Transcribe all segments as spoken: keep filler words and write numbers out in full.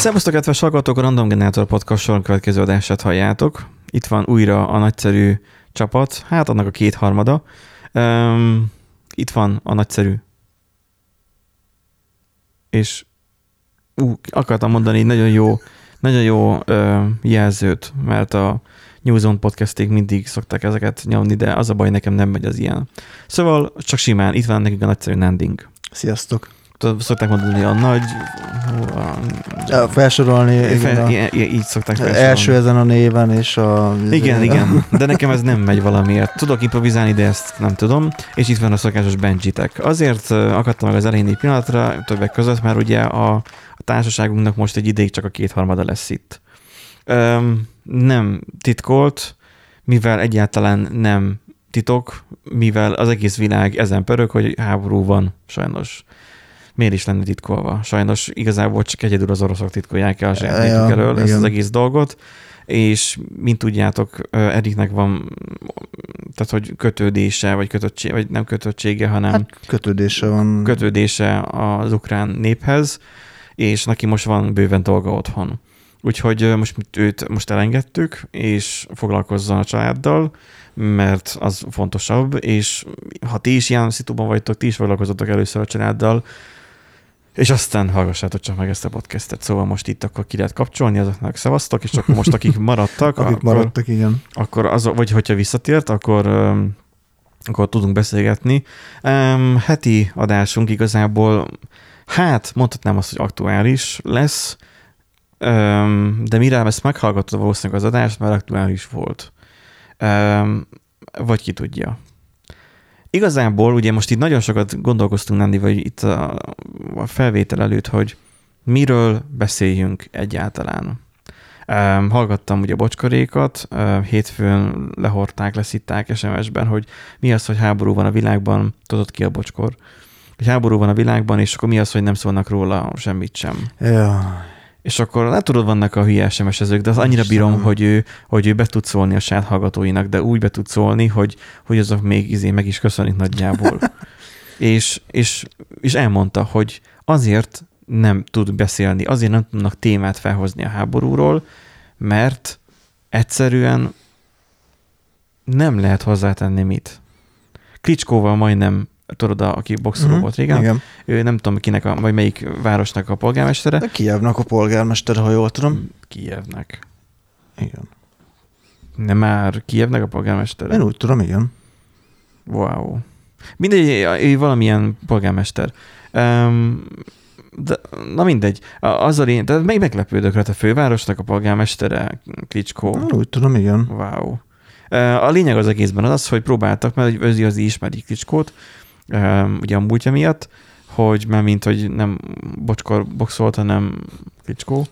Szervusztok, kedves hallgatók, a Random Generator Podcast soron következő adását halljátok. Itt van újra a nagyszerű csapat, hát annak a kétharmada. Um, itt van a nagyszerű. És ú, akartam mondani egy nagyon jó, nagyon jó uh, jelzőt, mert a New Zone podcasték mindig szokták ezeket nyomni, de az a baj, nekem nem megy az ilyen. Szóval csak simán, itt van nekünk a nagyszerű Nanding. Sziasztok! Szokták mondani a nagy... A felsorolni, fel, a, i- így szokták felsorolni. első ezen a néven, és a... Igen, igen, de nekem ez nem megy valamiért. Tudok improvizálni, de ezt nem tudom, és itt van a szokásos Benjitek. Azért akadtam meg az elején egy pillanatra, többek között, mert ugye a, a társaságunknak most egy ideig csak a kétharmada lesz itt. Öm, nem titkolt, mivel egyáltalán nem titok, mivel az egész világ ezen pörög, hogy háború van, sajnos. Miért is lenne titkolva? Sajnos igazából csak egyedül az oroszok titkolják el a saját népük ja, elől ezt az egész dolgot, és mint tudjátok, Eriknek van, tehát hogy kötődése, vagy kötöttsége, vagy nem kötöttsége, hanem hát kötődése van. Kötődése az ukrán néphez, és neki most van bőven dolga otthon. Úgyhogy most őt most elengedtük, és foglalkozzon a családdal, mert az fontosabb, és ha ti is ilyen szituban vagytok, ti is foglalkozzatok először a családdal, és aztán hallgassátok csak meg ezt a podcastet. Szóval most itt akkor ki lehet kapcsolni, azoknak szavaztok, és akkor most akik maradtak, akik akkor, maradtak, igen. Akkor az, vagy hogyha visszatért, akkor, akkor tudunk beszélgetni. Um, heti adásunk igazából, hát mondhatnám azt, hogy aktuális lesz, um, de mire ezt meghallgattad valószínűleg az adást, már aktuális volt. Um, vagy ki tudja. Igazából ugye most itt nagyon sokat gondolkoztunk, Nandi, vagy itt a, a felvétel előtt, hogy miről beszéljünk egyáltalán. Um, hallgattam ugye bocskarékat, uh, hétfőn lehordták, leszitták es em es-ben, hogy mi az, hogy háború van a világban, tudod ki a bocskor, hogy háború van a világban, és akkor mi az, hogy nem szólnak róla semmit sem. Ja. És akkor nem tudod, vannak a hülye es em es-ezők, de az annyira bírom, hogy ő, hogy ő be tud szólni a saját hallgatóinak, de úgy be tud szólni, hogy, hogy azok még izé meg is köszönik nagyjából. és, és, és elmondta, hogy azért nem tud beszélni, azért nem tudnak témát felhozni a háborúról, mert egyszerűen nem lehet hozzátenni mit. Klicskóval majdnem, tudod, aki boxoló mm-hmm. volt régen, igen. Ő nem tudom, kinek a, vagy melyik városnak a polgármestere. A Kijevnek a polgármestere, ha jól tudom. Kijevnek. Igen. Nem már Kijevnek a polgármestere? Én úgy tudom, igen. Wow. Mindegy, valamilyen polgármester. Um, de, na mindegy. Az a lény, de még meglepődök rá, a fővárosnak a polgármestere Klicskó. Én úgy tudom, igen. Wow. A lényeg az egészben az az, hogy próbáltak, mert az az ismeri Klicskót, ugye a múltja miatt, hogy már mint, hogy nem bocskor boxolt, hanem Klicskó.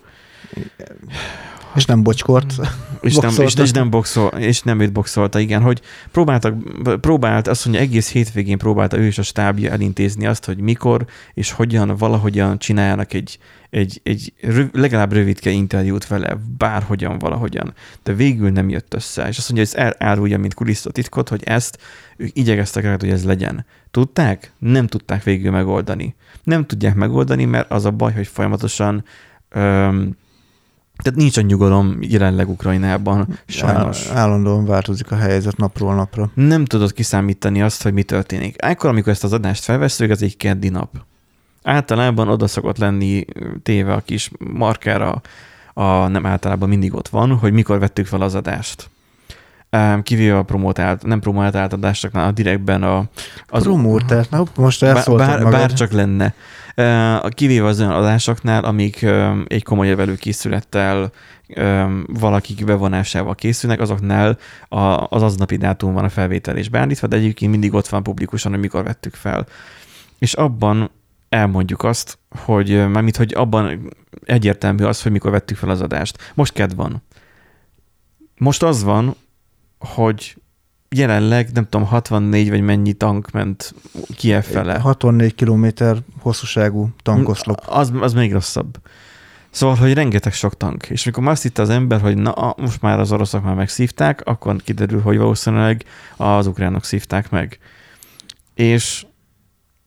És nem bocskort. És nem, és, és, nem boxol, és nem őt boxolta, igen, hogy próbáltak, próbált, azt mondja, egész hétvégén próbálta ő és a stábja elintézni azt, hogy mikor és hogyan, valahogyan csináljanak egy, egy, egy röv, legalább rövidke interjút vele, bárhogyan, valahogyan, de végül nem jött össze. És azt mondja, hogy ez elárulja, mint kulisszatitkot, hogy ezt ők igyekeztek rá, hogy ez legyen. Tudták? Nem tudták végül megoldani. Nem tudják megoldani, mert az a baj, hogy folyamatosan öm, tehát nincs a nyugalom jelenleg Ukrajnában, sajnos. Állandóan változik a helyzet napról napra. Nem tudod kiszámítani azt, hogy mi történik. Ekkor, amikor ezt az adást felvesszük, ez egy keddi nap. Általában oda szokott lenni téve a kis markára, a, nem általában mindig ott van, hogy mikor vettük fel az adást. Kivéve a promotált, nem promotált adásoknál, a direktben a... Az, promótált, na, most elszóltad bár, bár csak lenne. Kivéve az olyan adásoknál, amik egy komolyabb előkészülettel, valakik bevonásával készülnek, azoknál az aznapi dátum van a felvételés beállítva, de egyébként mindig ott van publikusan, hogy mikor vettük fel. És abban elmondjuk azt, hogy mármint, hogy abban egyértelmű az, hogy mikor vettük fel az adást. Most kedv van. Most az van, hogy jelenleg, nem tudom, hatvannégy vagy mennyi tank ment Kijev fele. hatvannégy kilométer hosszúságú tankoszlop. Az, az még rosszabb. Szóval, hogy rengeteg sok tank. És mikor azt hitte az ember, hogy na, most már az oroszok már megszívták, akkor kiderül, hogy valószínűleg az ukránok szívták meg. És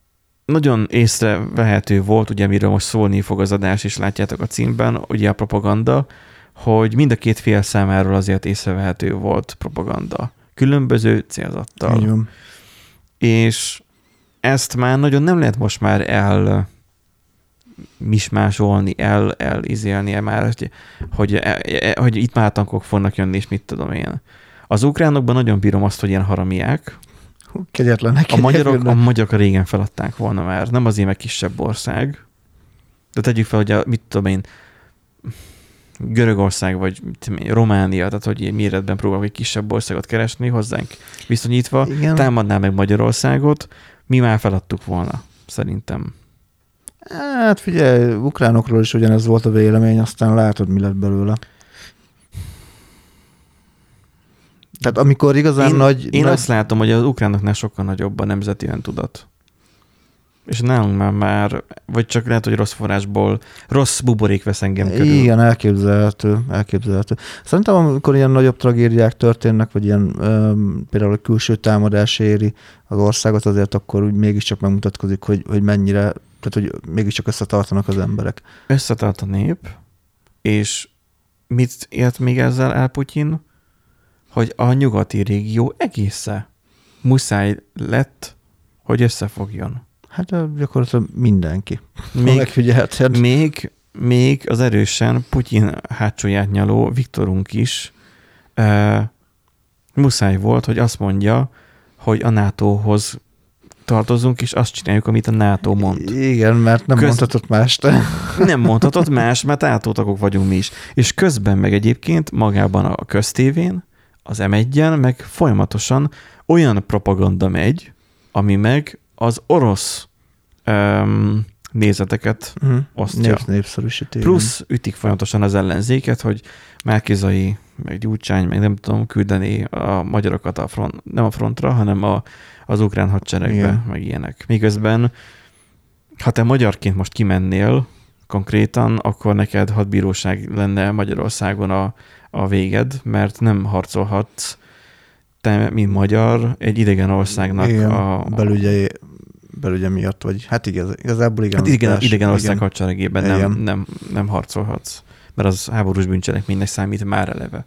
nagyon észrevehető volt, ugye miről most szólni fog az adás, és látjátok a címben, ugye a propaganda, hogy mind a két fél számáról azért észrevehető volt propaganda. Különböző célzattal. Igen. És ezt már nagyon nem lehet most már el mismásolni, el, elizélni már, hogy, hogy, hogy itt már tankok fognak jönni, és mit tudom én. Az ukránokban nagyon bírom azt, hogy ilyen haramiák. Kegyetlenek. A magyarok, a magyarok régen feladták volna már. Nem azért, meg kisebb ország. De tegyük fel, hogy a, mit tudom én, Görögország, vagy mit tudom én, Románia, tehát hogy ilyen méretben próbálok egy kisebb országot keresni hozzánk viszonyítva, igen. Támadná meg Magyarországot, mi már feladtuk volna, szerintem. Hát figyelj, ukránokról is ugyanez volt a vélemény, aztán látod, mi lett belőle. Tehát amikor igazán én, nagy... Én nagy... azt látom, hogy az ukránoknál sokkal nagyobb a nemzeti öntudat. És nálunk már, már, vagy csak lehet, hogy rossz forrásból, rossz buborék vesz engem körül. Igen, elképzelhető, elképzelhető. Szerintem, amikor ilyen nagyobb tragédiák történnek, vagy ilyen um, például a külső támadás éri az országot, azért akkor úgy mégiscsak megmutatkozik, hogy, hogy mennyire, tehát hogy mégiscsak összetartanak az emberek. Összetart a nép, és mit ért még ezzel el Putyin? Hogy a nyugati régió egészen muszáj lett, hogy összefogjon. Hát gyakorlatilag mindenki. Még, még, még az erősen Putyin hátsóját nyaló Viktorunk is e, muszáj volt, hogy azt mondja, hogy a nátóhoz tartozunk, és azt csináljuk, amit a NATO mond. Igen, mert nem Köz... mondhatott mást. Nem mondhatott más, mert átótagok vagyunk mi is. És közben meg egyébként magában a köztévén, az em egyen meg folyamatosan olyan propaganda megy, ami meg az orosz um, nézeteket uh-huh. osztja. Népsz, népszerűsíti. Plusz ütik folyamatosan az ellenzéket, hogy Márki-Zay, meg Gyurcsány, meg nem tudom, küldeni a magyarokat a front, nem a frontra, hanem a, az ukrán hadseregbe, igen. Meg ilyenek. Miközben, ha te magyarként most kimennél konkrétan, akkor neked hadbíróság lenne Magyarországon a, a véged, mert nem harcolhatsz te, mint magyar, egy idegen országnak igen, a... belügye, belügye miatt, vagy hát igaz, igazából igen. Hát idegen, idegen ország hadseregében nem, nem, nem harcolhatsz, mert az háborús bűncselekménynek számít már eleve.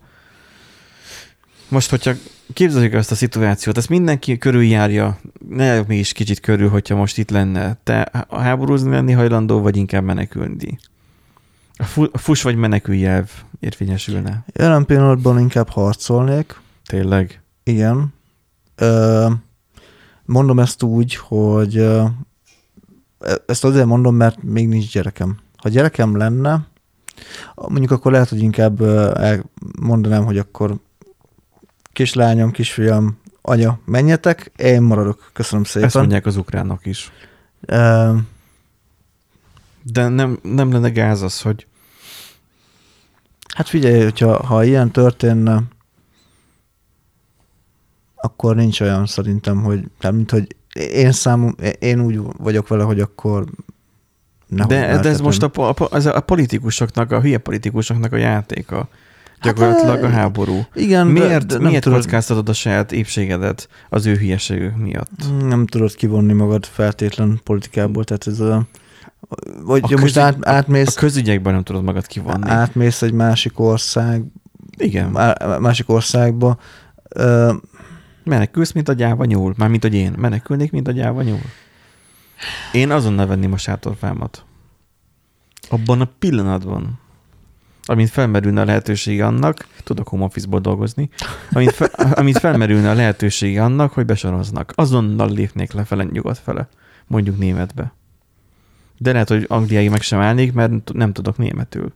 Most, hogyha képzeljük ezt a szituációt, ezt mindenki körüljárja, ne mégis kicsit körül, hogyha most itt lenne. Te a háborúzni lenni hajlandó, vagy inkább menekülni? A, fu- a fuss vagy menekülj elv érvényesülne? Jelen pillanatban inkább harcolnék. Tényleg? Igen. Ö, mondom ezt úgy, hogy ezt azért mondom, mert még nincs gyerekem. Ha gyerekem lenne, mondjuk akkor lehet, hogy inkább mondanám, hogy akkor kislányom, kisfiam, anya, menjetek, én maradok. Köszönöm szépen. Ezt mondják az ukránok is. Uh, De nem, nem lenne gáz az, hogy... Hát figyelj, hogyha, ha ilyen történne, akkor nincs olyan szerintem, hogy, tehát mint hogy én számom, én úgy vagyok vele, hogy akkor de, de ez most a, a, ez a politikusoknak, a hülye politikusoknak a játéka. Gyakorlatilag hát, a háború. Igen, miért de, de miért tudod, kockáztatod a saját épségedet az ő hülyeségük miatt? Nem tudod kivonni magad feltétlen politikából, tehát ez a... Vagy a most közügy, át, átmész... A közügyekben nem tudod magad kivonni. Átmész egy másik ország... Igen. Á, másik országba... Uh, Menekülsz, mint a gyáva nyúl. Mármint, hogy én. Menekülnék, mint a gyáva nyúl. Én azonnal venném a sátorfámat. Abban a pillanatban, amint felmerülne a lehetősége annak, tudok home office-ból dolgozni, amint, fel, amint felmerülne a lehetősége annak, hogy besoroznak. Azonnal lépnék lefele, nyugat fele. Mondjuk németbe. De lehet, hogy angliai meg sem állnék, mert nem tudok németül.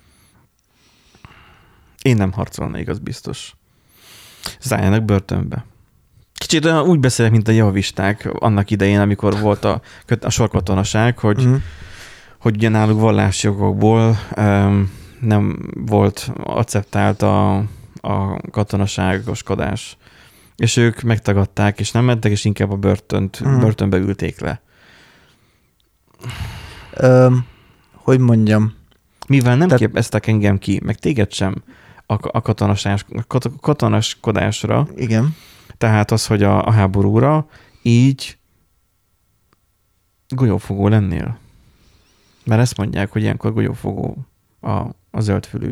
Én nem harcolnék, az biztos. Zárjanak börtönbe. Kicsit olyan úgy beszélek, mint a javisták annak idején, amikor volt a, a sorkatonaság, hogy, mm. hogy ugye náluk vallási jogokból um, nem volt akceptált a, a katonaságoskodás. És ők megtagadták, és nem mentek, és inkább a börtönt, mm. börtönbe ülték le. Um, hogy mondjam? Mivel nem Te... képeztek engem ki, meg téged sem, a, a katonasás, katonaskodásra. Igen. Tehát az, hogy a, a háborúra, így Golyófogó lennél? Mert ezt mondják, hogy ilyenkor golyófogó a, a zöldfülű.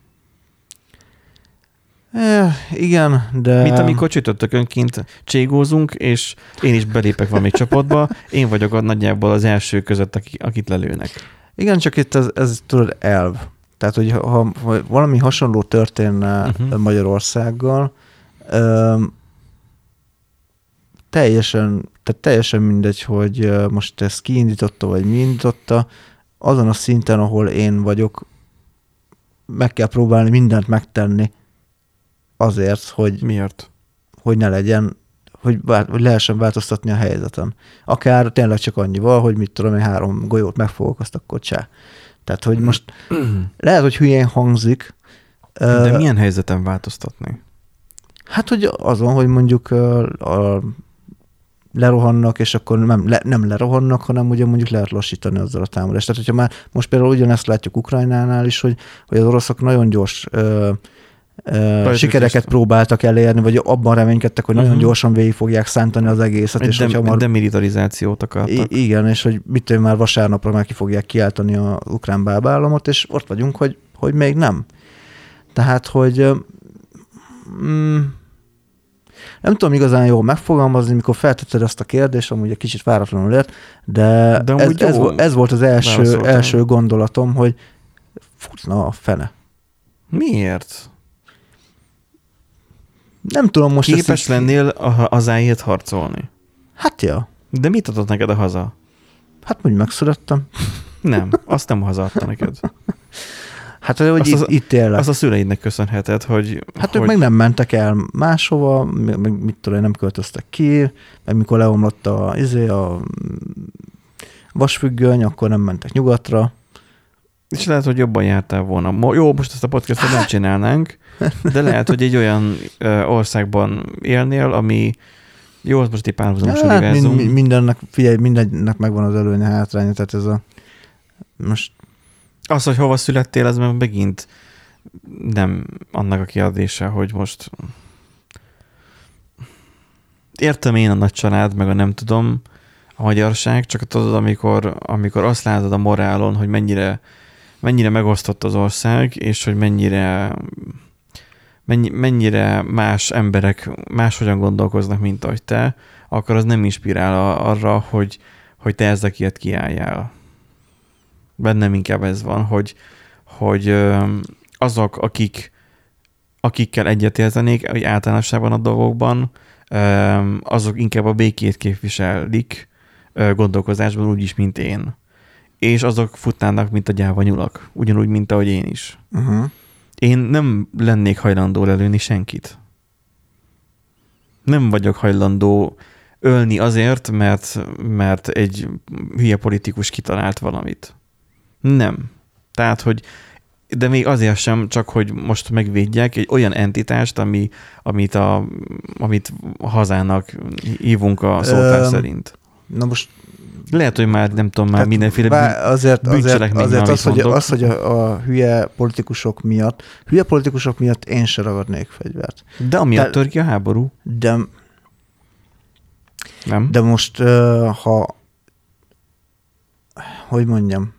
E, igen, de... Mint amikor csütörtökönként cségózunk, és én is belépek valami csapatba, én vagyok a nagyjából az első között, akit lelőnek. Igen, csak itt ez, ez tudod elv. Tehát, hogy ha, ha valami hasonló történne uh-huh. Magyarországgal, öm, teljesen, tehát teljesen mindegy, hogy most ezt kiindította, vagy mi indította, azon a szinten, ahol én vagyok, meg kell próbálni mindent megtenni azért, hogy, Miért? hogy ne legyen, hogy, vál, hogy lehessen változtatni a helyzeten. Akár tényleg csak annyival, hogy mit tudom, hogy három golyót megfogok, azt akkor csá. Tehát, hogy most lehet, hogy hülyén hangzik. De uh, milyen helyzeten változtatni? Hát, hogy azon, hogy mondjuk uh, a, lerohannak, és akkor nem, le, nem lerohannak, hanem ugye mondjuk lehet lassítani azzal a támadást. Tehát, hogyha már most például ugyanezt látjuk Ukrajnánál is, hogy, hogy az oroszok nagyon gyors uh, uh, sikereket próbáltak elérni, vagy abban reménykedtek, hogy uh-huh. nagyon gyorsan végig fogják szántani az egészet. Egy és dem, hamar... demilitarizációt akartak. I- igen, és hogy mit tudom, már vasárnapra már ki fogják kiáltani az ukrán bábállamot, és ott vagyunk, hogy, hogy még nem. Tehát, hogy mm, nem tudom igazán jól megfogalmazni, mikor feltetted ezt a kérdést, amúgy egy kicsit váratlanul ért, de, de ez, ez, ez volt az első, első gondolatom, hogy futna a fene. Miért? Nem tudom most... Képes ezt lennél a hazáért harcolni? Hát ja. De mit adott neked a haza? Hát mondjuk megszülettem. Nem, azt nem hazaadta neked. Hát, hogy itt, az, itt élek. Az a szüleidnek köszönheted, hogy... Hát hogy... ők meg nem mentek el máshova, meg mit tudom, nem költöztek ki, meg mikor leomlott a, izé, a vasfüggöny, akkor nem mentek nyugatra. És lehet, hogy jobban jártál volna. Jó, most ezt a podcastot nem csinálnánk, de lehet, hogy egy olyan ö, országban élnél, ami jó, az most egy párhuzamos hát, univerzum. Mind, mindennek, figyelj, mindennek megvan az előnye, hátránya, tehát ez a most... Az, hogy hova születtél, az meg megint nem annak a kérdése, hogy most értem én a nagy család, meg a nem tudom, a magyarság, csak tudod, amikor, amikor azt látod a morálon, hogy mennyire, mennyire megosztott az ország, és hogy mennyire, mennyi, mennyire más emberek máshogyan gondolkoznak, mint ahogy te, akkor az nem inspirál arra, hogy, hogy te ezek ilyet kiálljál. Bennem inkább ez van, hogy, hogy azok, akik, akikkel egyetértenék, hogy általánosságban a dolgokban, azok inkább a békét képviselik gondolkozásban úgyis, mint én. És azok futnának, mint a gyáva nyulak. Ugyanúgy, mint ahogy én is. Uh-huh. Én nem lennék hajlandó lelőni senkit. Nem vagyok hajlandó ölni azért, mert, mert egy hülye politikus kitalált valamit. Nem. Tehát, hogy de még azért sem, csak hogy most megvédjek egy olyan entitást, ami, amit, a, amit a hazának hívunk a szótár um, szerint. Na most lehet, hogy már nem tudom, már mindenféle bá, azért, azért, azért az, hogy, az, hogy a, a hülye politikusok miatt, hülye politikusok miatt én se ragadnék fegyvert. De amiatt tör ki a háború. De, nem? De most, ha hogy mondjam,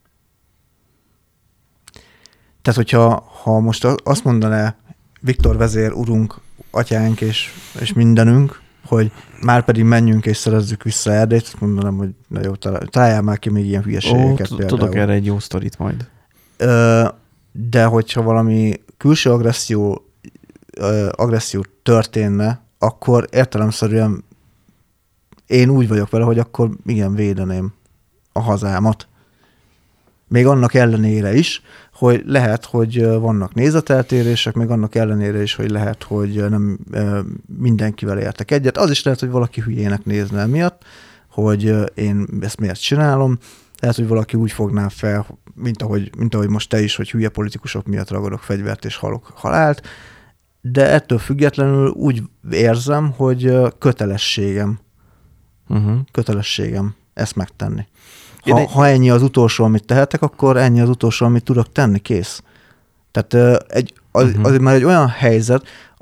tehát, hogyha ha most azt mondaná Viktor vezér, urunk, atyánk és, és mindenünk, hogy már pedig menjünk és szerezzük vissza Erdélyt, azt mondanám, hogy na jó, találjál már ki még ilyen hülyeségeket. Ó, tudok erre egy jó sztorit majd. De hogyha valami külső agresszió, agresszió történne, akkor értelemszerűen én úgy vagyok vele, hogy akkor igen, védeném a hazámat. Még annak ellenére is, hogy lehet, hogy vannak nézeteltérések, még annak ellenére is, hogy lehet, hogy nem mindenkivel értek egyet. Az is lehet, hogy valaki hülyének nézne miatt, hogy én ezt miért csinálom. Lehet, hogy valaki úgy fogná fel, mint ahogy, mint ahogy most te is, hogy hülye politikusok miatt ragadok fegyvert és halok halált, de ettől függetlenül úgy érzem, hogy kötelességem, uh-huh. kötelességem ezt megtenni. Ha, egy... ha ennyi az utolsó, amit tehetek, akkor ennyi az utolsó, amit tudok tenni, kész. Tehát egy, az, uh-huh. az már egy olyan helyzet,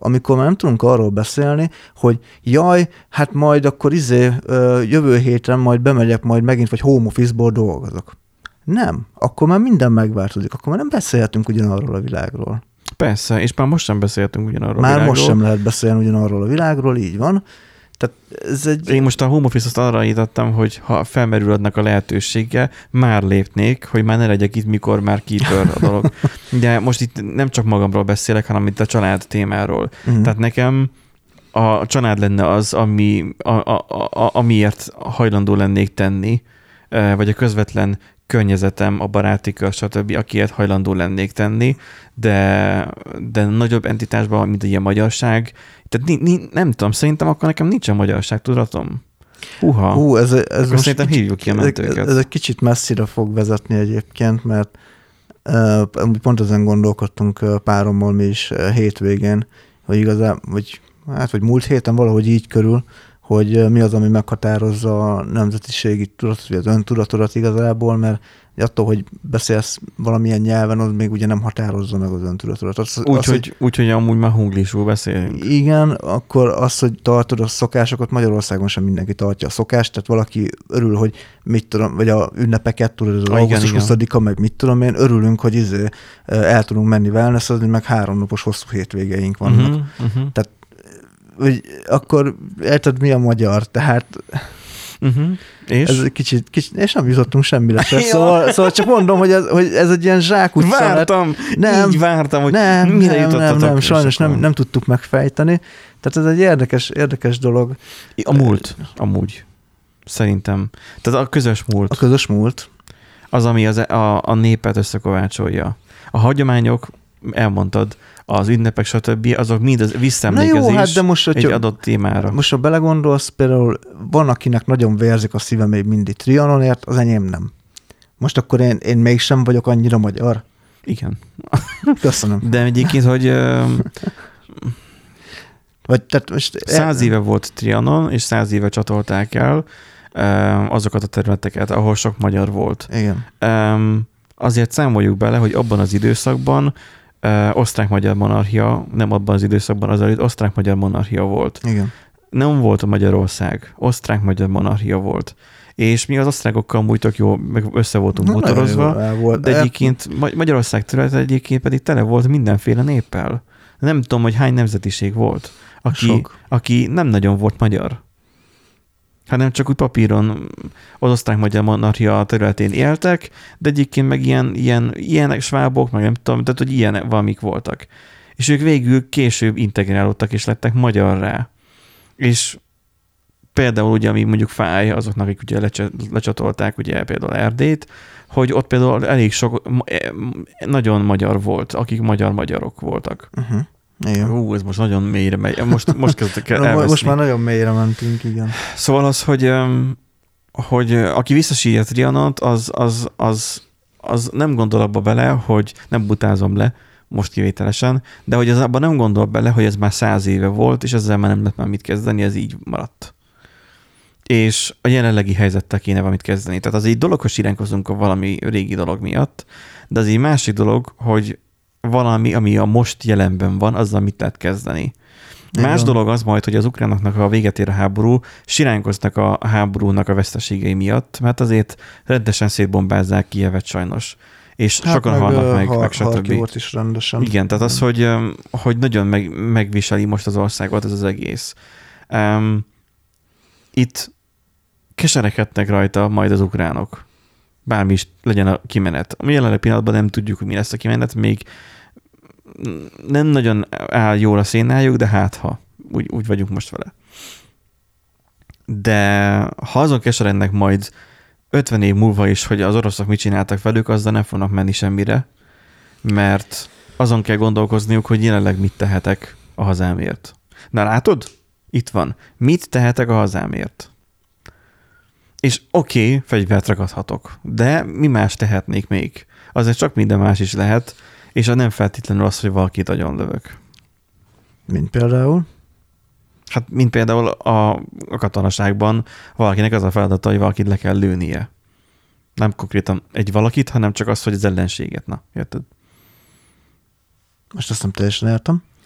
amikor már nem tudunk arról beszélni, hogy jaj, hát majd akkor izé jövő héten majd bemegyek majd megint, vagy home office-ból dolgozok. Nem. Akkor már minden megváltozik. Akkor már nem beszélhetünk ugyanarról a világról. Persze, és már most sem beszéltünk ugyanarról már a világról. Már most sem lehet beszélni ugyanarról a világról, így van. Tehát ez egy... Én most a home office-t arra írtam, hogy ha felmerül adnak a lehetősége, már lépnék, hogy már ne legyek itt, mikor már kitör a dolog. De most itt nem csak magamról beszélek, hanem itt a család témáról. Uh-huh. Tehát nekem a család lenne az, ami, a, a, a, amiért hajlandó lennék tenni, vagy a közvetlen környezetem, a baráti kör, stb., akiért hajlandó lennék tenni, de, de nagyobb entitásban, mint ilyen magyarság, tehát ni, ni, nem tudom, szerintem akkor nekem nincsen magyarság tudatom. Húha, Hú, ez, ez most szerintem hívjuk ki a mentőket. Ez, ez egy kicsit messzire fog vezetni egyébként, mert uh, pont ezen gondolkodtunk uh, párommal mi is uh, hétvégén, hogy igazán, vagy, hát, vagy múlt héten valahogy így körül, hogy uh, mi az, ami meghatározza a nemzetiségi tudatot, vagy az öntudatodat igazából, mert attól, hogy beszélsz valamilyen nyelven, az még ugye nem határozza meg az öntudatodat. Úgyhogy úgy, hogy amúgy már hunglisul beszélünk. Igen, akkor az, hogy tartod a szokásokat, Magyarországon sem mindenki tartja a szokást, tehát valaki örül, hogy mit tudom, vagy a ünnepeket, tudod, az augusztus huszadika, meg mit tudom én, örülünk, hogy izé, el tudunk menni wellnessezni, meg háromnapos hosszú hétvégeink vannak. Uh-huh, uh-huh. Tehát hogy akkor érted, mi a magyar? Tehát uh-huh. És? Ez egy kicsit, kicsit, és nem jutottunk semmire se. Szóval, szóval csak mondom, hogy ez, hogy ez egy ilyen zsákutca. Vártam, nem, így vártam, hogy nem, mire nem, jutottatok. Nem, nem, sajnos nem, nem tudtuk megfejteni. Tehát ez egy érdekes, érdekes dolog. A múlt, amúgy. Szerintem. Tehát a közös múlt. A közös múlt. Az, ami az, a, a népet összekovácsolja. A hagyományok, elmondtad, az ünnepek, stb., azok mind az visszaemlékezés jó, hát de most, egy hogyha, adott témára. Most, ha belegondolsz, például van, akinek nagyon vérzik a szíve még mindig Trianonért, az enyém nem. Most akkor én, én mégsem vagyok annyira magyar? Igen. Köszönöm. De egyébként, hogy vagy, tehát most száz éve volt Trianon, és száz éve csatolták el azokat a területeket, ahol sok magyar volt. Igen. Azért számoljuk bele, hogy abban az időszakban Uh, osztrák-magyar monarchia, nem abban az időszakban, az előtt osztrák-magyar monarchia volt. Igen. Nem volt a Magyarország, osztrák-magyar monarchia volt. És mi az osztrákokkal amúgy tök jó, meg össze voltunk Na, motorozva, volt. De egyébként Magyarország területe egyébként pedig tele volt mindenféle néppel. Nem tudom, hogy hány nemzetiség volt, aki, aki nem nagyon volt magyar, hanem csak úgy papíron az osztrák-magyar monarchia területén éltek, de egyébként meg ilyen, ilyen, ilyenek svábok, meg nem tudom, tehát hogy ilyen valamik voltak. És ők végül később integrálódtak, és lettek magyarrá. És például ugye, ami mondjuk fáj azoknak, akik ugye lecsatolták ugye például Erdélyt, hogy ott például elég sok, nagyon magyar volt, akik magyar-magyarok voltak. Uh-huh. Igen. Hú, ez most nagyon mélyre megy. Most, most kezdtek el elveszni. Most már nagyon mélyre mentünk, igen. Szóval az, hogy, hogy aki visszasírja Trianont, az, az, az, az nem gondol abba bele, hogy nem butázom le, most kivételesen, de hogy az abban nem gondol bele, hogy ez már száz éve volt, és ezzel már nem lehet már mit kezdeni, ez így maradt. És a jelenlegi helyzettel kéne valamit kezdeni. Tehát az egy dolog, hogy siránkozunk a valami régi dolog miatt, de az egy másik dolog, hogy valami, ami a most jelenben van, azzal mit lehet kezdeni. Más Igen. dolog az majd, hogy az ukránoknak a véget ér a háború, siránkoznak a háborúnak a veszteségei miatt, mert azért rendesen szétbombázzák Kijevet sajnos. És hát sokan meg, halnak meg, ha, meg stb. Is rendesen. Igen, tehát az, hogy, hogy nagyon meg, megviseli most az országot ez az egész. Um, itt keserekednek rajta majd az ukránok. Bármi is legyen a kimenet. A jelenleg pillanatban nem tudjuk, hogy mi lesz a kimenet, még nem nagyon áll jól a szénájuk, de hát ha, úgy, úgy vagyunk most vele. De ha azon keserednek majd ötven év múlva is, hogy az oroszok mit csináltak velük, azzal nem fognak menni semmire, mert azon kell gondolkozniuk, hogy jelenleg mit tehetek a hazámért. Na látod? Itt van. Mit tehetek a hazámért? És oké, okay, fegyvert ragadhatok, de mi más tehetnék még? Azért csak minden más is lehet, és nem feltétlenül az, hogy valakit agyon lövök. Mint például? Hát, mint például a, a katonaságban valakinek az a feladata, hogy valakit le kell lőnie. Nem konkrétan egy valakit, hanem csak az, hogy az ellenséget. Na, érted? Most azt nem teljesen értem.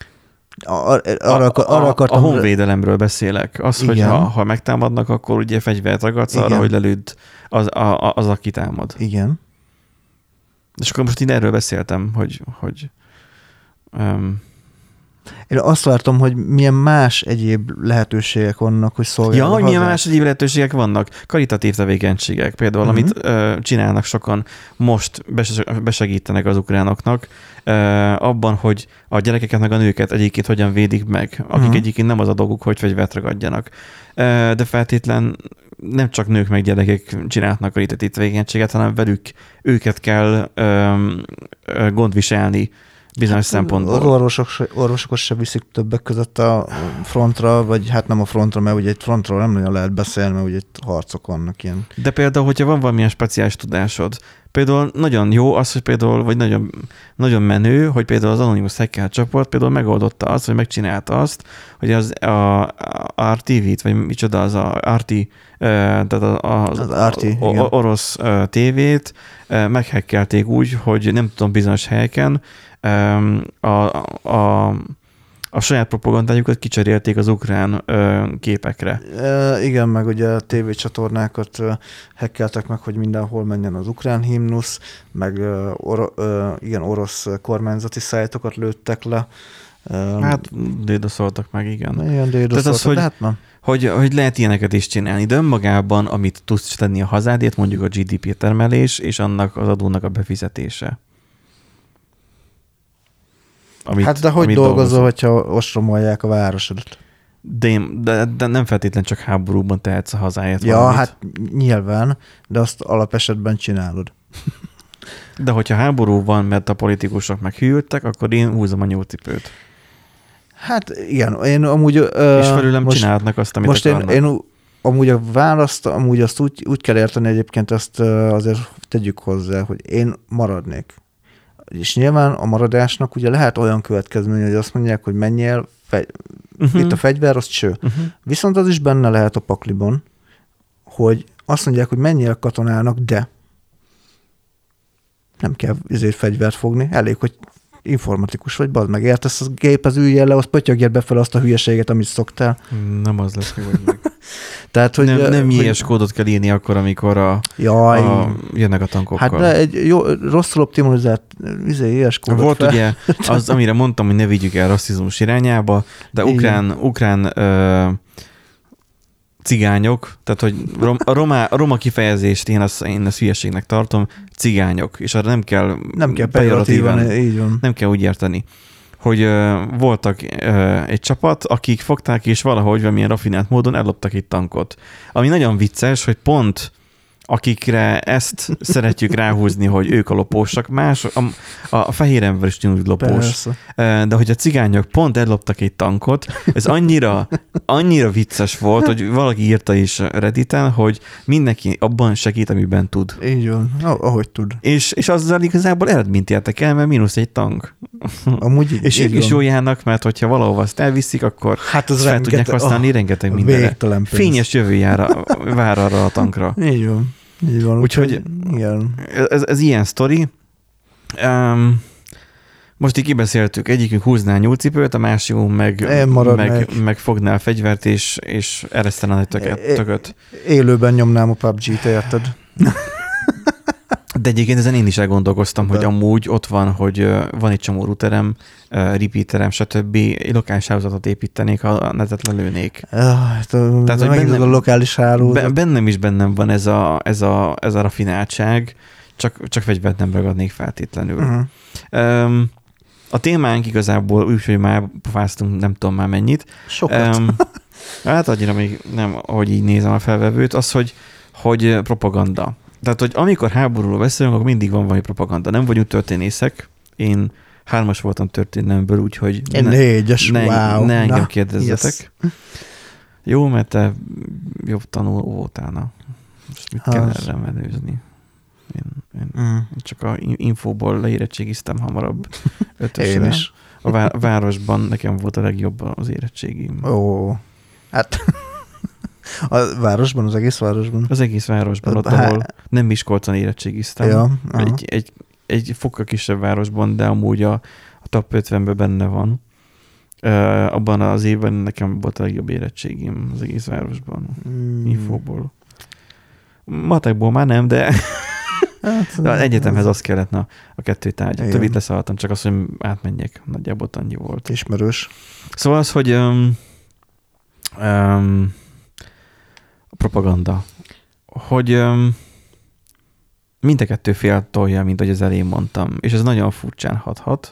Ar- arra, a, akar, arra a, akartam... A honvédelemről beszélek. Az, hogy ha, ha megtámadnak, akkor ugye fegyvert ragadsz arra, hogy lelőd az, a, az, aki támad. Igen. És akkor most én erről beszéltem, hogy, hogy um, én azt vártam, hogy milyen más egyéb lehetőségek vannak, hogy szolgálják. Ja, hogy milyen más egyéb lehetőségek vannak. Karitatív tevékenységek például, uh-huh. amit ö, csinálnak sokan most, besegítenek az ukránoknak, ö, abban, hogy a gyerekeket meg a nőket egyébként hogyan védik meg, akik uh-huh. egyébként nem az a dolguk, hogy fegyvert ragadjanak. Ö, de feltétlen nem csak nők meg gyerekek csinálnak karitatív tevékenységet, hanem velük őket kell ö, ö, gondviselni bizonyos hát, szempontból. Az orvosok, orvosokat se viszik többek között a frontra, vagy hát nem a frontra, mert ugye egy frontról nem nagyon lehet beszélni, mert ugye itt harcok vannak ilyen. De például, hogyha van valamilyen speciális tudásod, például nagyon jó az, hogy például, vagy nagyon, nagyon menő, hogy például az Anonymous Hacker csoport például megoldotta azt, vagy megcsinálta azt, hogy az a, a er té vét, vagy micsoda az a er té, tehát az, az er té, orosz tévét meghekkelték úgy, hogy nem tudom, bizonyos helyeken a, a, a saját propagandájukat kicserélték az ukrán ö, képekre. E, igen, meg ugye a tévécsatornákat hekkeltek meg, hogy mindenhol menjen az ukrán himnusz, meg or, ö, igen, orosz kormányzati szájtokat lőttek le. Hát dédoszoltak meg, igen. Igen, dédoszoltak, az, hogy, de hát nem. Hogy, hogy lehet ilyeneket is csinálni, de önmagában, amit tudsz tenni a hazádért, mondjuk a gé dé pé termelés, és annak az adónak a befizetése. Amit, hát de hogy dolgozol, hogyha ostromolják a városodat? De, de, de nem feltétlen csak háborúban tehetsz a hazáért ja, valamit. Hát nyilván, de azt alapesetben csinálod. De hogyha háború van, mert a politikusok meghűltek, akkor én húzom a nyúlcipőt. Hát igen, én amúgy... És felülem most, csinálhatnak azt, amit most akarnak. Én, én amúgy a választ, amúgy azt úgy, úgy kell érteni egyébként, ezt azért tegyük hozzá, hogy én maradnék. És nyilván a maradásnak ugye lehet olyan következmény, hogy azt mondják, hogy menjél, fegy... uh-huh. itt a fegyver, az cső. Uh-huh. Viszont az is benne lehet a pakliban, hogy azt mondják, hogy menjél katonának, de nem kell ezért fegyvert fogni, elég, hogy informatikus vagy, bazd meg, értesz, az gépez üljél le, az pötyögjed be fel azt a hülyeséget, amit szoktál. Nem az lesz, hogy meg. Tehát, hogy, nem nem hogy... ilyes kódot kell írni akkor, amikor a, Jaj. a, jönnek a tankokkal. Hát de egy jó, rosszul optimalizált izé, ilyes kódot volt fel. ugye az, amire mondtam, hogy ne vigyük el rasszizmus irányába, de ukrán, ukrán ö, cigányok, tehát hogy rom, a, roma, a roma kifejezést én azt, én azt hülyeségnek tartom, cigányok, és arra nem kell nem kell pejoratívan, így van. Nem kell úgy érteni, hogy uh, voltak uh, egy csapat, akik fogták és valahogy valamilyen raffinált módon elloptak egy tankot. Ami nagyon vicces, hogy pont akikre ezt szeretjük ráhúzni, hogy ők a lopósak, más, a, a fehér ember is nyújt lopós. Persze. De hogy a cigányok pont elloptak egy tankot, ez annyira, annyira vicces volt, hogy valaki írta is Redditen, hogy mindenki abban segít, amiben tud. Így van, ahogy tud. És, és azzal igazából eredményt értek el, mert mínusz egy tank. Amúgy és ők is jól járnak, mert hogyha valahova azt elviszik, akkor hát az fel rengeteg, tudják használni oh, rengeteg mindenre. Fényes jövő jár, vár arra a tankra. Így van. Így van, úgyhogy igen. Ez, ez ilyen sztori. Um, most így kibeszéltük, egyikünk húzná a nyúlcipőt, a másikunk meg, meg, meg fogná a fegyvert, és, és eresztene a tököt. Élőben nyomnám a pé u bé gét, érted? De egyébként ezen én is elgondolkoztam, De. hogy amúgy ott van, hogy van egy csomó routerem, repeaterem, stb. Lokális hálózatot építenék, ha netet lelőnék. Uh, Tehát, hogy bennem, a lokális hálózat. Bennem is bennem van ez a, ez a, ez a rafináltság, csak, csak fegyvert nem ragadnék feltétlenül. Uh-huh. Um, a témánk igazából úgy, hogy már pofáztunk nem tudom már mennyit. Sokat. Um, hát annyira még nem, ahogy így nézem a felvevőt, az, hogy, hogy propaganda. Tehát, hogy amikor háborúról beszélünk, akkor mindig van valami propaganda. Nem vagyunk történészek. Én hármas voltam történelemből, úgyhogy Én ne, négyes, ne, wow. ne engem kérdezzetek. Yes. Jó, mert te jobb tanuló voltál. Na. Most mit kell erre menőzni? Én, én mm. csak a infóból leérettségiztem hamarabb ötösre. Én is. A vá- városban nekem volt a legjobb az érettségim. Ó, hát... A városban, az egész városban? Az egész városban, ott, Há... ahol nem Miskolcon érettségiztem. Ja, egy, egy, egy fokkal kisebb városban, de amúgy a, a top ötvenben benne van. abban az évben nekem volt a legjobb érettségim az egész városban. Mm. Infóból. Matekból már nem, de, hát, de az egyetemhez az kellett, na, a kettő tárgyat. Többit leszaladtam, csak az, hogy átmenjek. Nagyjából annyi volt. Ismerős. Szóval az, hogy um, um, a propaganda, hogy um, mind a kettő fél tolja, mint ahogy az elején mondtam, és ez nagyon furcsán hathat,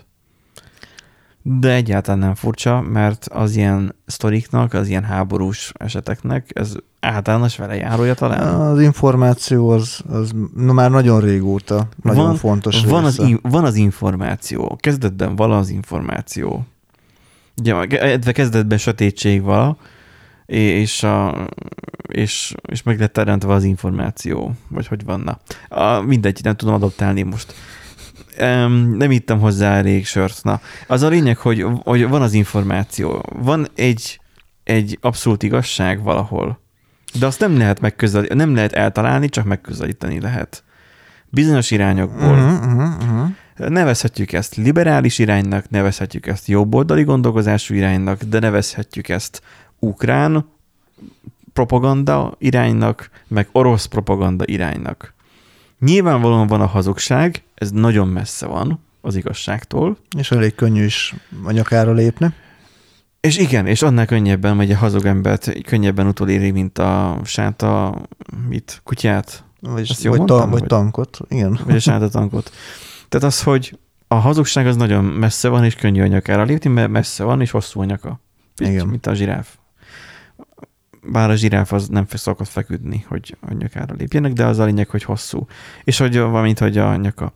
de egyáltalán nem furcsa, mert az ilyen sztoriknak, az ilyen háborús eseteknek ez általános velejárója talán. Az információ az, az na már nagyon régóta nagyon van, fontos van az, része. van az információ. Kezdetben vala az információ. Ugye, kezdetben sötétség vala, és, a, és, és meg lett teremtve az információ. Vagy hogy vanna. A, mindegy, nem tudom adoptálni most. Um, nem ittam hozzá elég sört. Na, az a lényeg, hogy, hogy van az információ. Van egy, egy abszolút igazság valahol. De azt nem lehet megközelíteni, nem lehet eltalálni, csak megközelíteni lehet. Bizonyos irányokból. Uh-huh, uh-huh. Nevezhetjük ezt liberális iránynak, nevezhetjük ezt jobboldali gondolkozású iránynak, de nevezhetjük ezt ukrán propaganda iránynak, meg orosz propaganda iránynak. Nyilvánvalóan van a hazugság, ez nagyon messze van az igazságtól. És elég könnyű is a nyakára lépni. És igen, és annál könnyebben megy a hazug embert, könnyebben utoléri, mint a sáta, mit, kutyát. Vagy, vagy, ta, vagy tankot, igen. Vagy a sáta tankot. Tehát az, hogy a hazugság az nagyon messze van, és könnyű a nyakára lépni, mert messze van, és hosszú a nyaka. Igen. Mint a zsiráf. Bár a zsiráf az nem szokott feküdni, hogy a nyakára lépjenek, de az a lényeg, hogy hosszú. És hogy valamint, hogy a nyaka.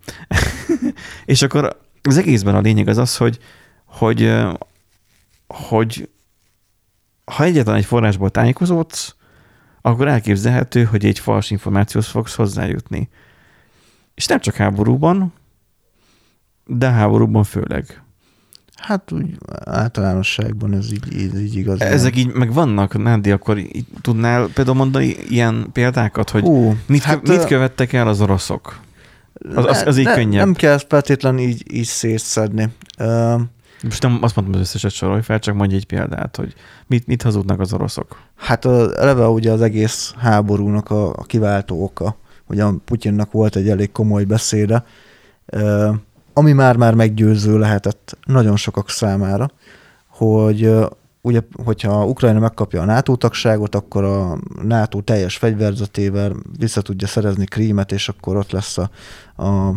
És akkor az egészben a lényeg az az, hogy, hogy, hogy ha egyetlen egy forrásból tájékozódsz, akkor elképzelhető, hogy egy fals információhoz fogsz hozzájutni. És nem csak háborúban, de háborúban főleg. Hát úgy általánosságban ez így, így, így igaz. Ezek így meg vannak, Nádi, akkor így tudnál például mondani ilyen példákat, hogy Hú, mit, hát, mit követtek el az oroszok? Az, az, az így ne, könnyebb. Nem kell ezt feltétlenül így, így szétszedni. Uh, Most nem azt mondtam, az összeset sorolj fel, csak mondj egy példát, hogy mit, mit hazudnak az oroszok. Hát a, eleve ugye az egész háborúnak a, a kiváltó oka, ugye a Putyinnak volt egy elég komoly beszéde, uh, ami már-már meggyőző lehetett nagyon sokak számára, hogy uh, ugye, hogyha Ukrajna megkapja a NATO tagságot, akkor a NATO teljes fegyverzetével vissza tudja szerezni Krímet, és akkor ott lesz a, a, a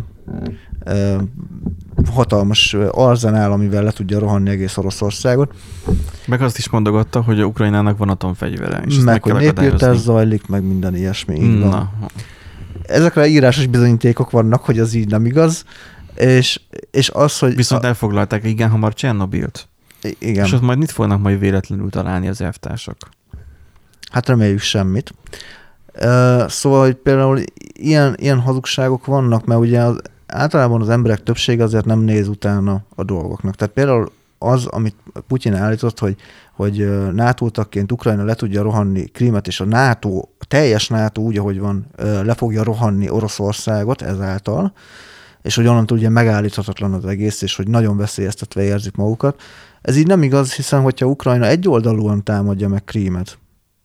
hatalmas arzenál, amivel le tudja rohanni egész Oroszországot. Meg azt is mondogatta, hogy a Ukrajnának van atomfegyvere. És meg, hogy népírtás zajlik, meg minden ilyesmi. Na. Ezekre írásos bizonyítékok vannak, hogy az így nem igaz, és, és az, hogy... Viszont a... elfoglalták igen hamar Csernobilt. Igen. És ott majd mit fognak majd véletlenül találni az elvtársak? Hát reméljük semmit. Uh, szóval, hogy például ilyen, ilyen hazugságok vannak, mert ugye az, általában az emberek többsége azért nem néz utána a dolgoknak. Tehát például az, amit Putyin állított, hogy, hogy NATO tagként Ukrajna le tudja rohanni Krímet, és a NATO, a teljes NATO úgy, ahogy van, le fogja rohanni Oroszországot ezáltal, és hogy onnantól ugye megállíthatatlan az egész, és hogy nagyon veszélyeztetve érzik magukat. Ez így nem igaz, hiszen hogyha Ukrajna egyoldalúan támadja meg Krímet,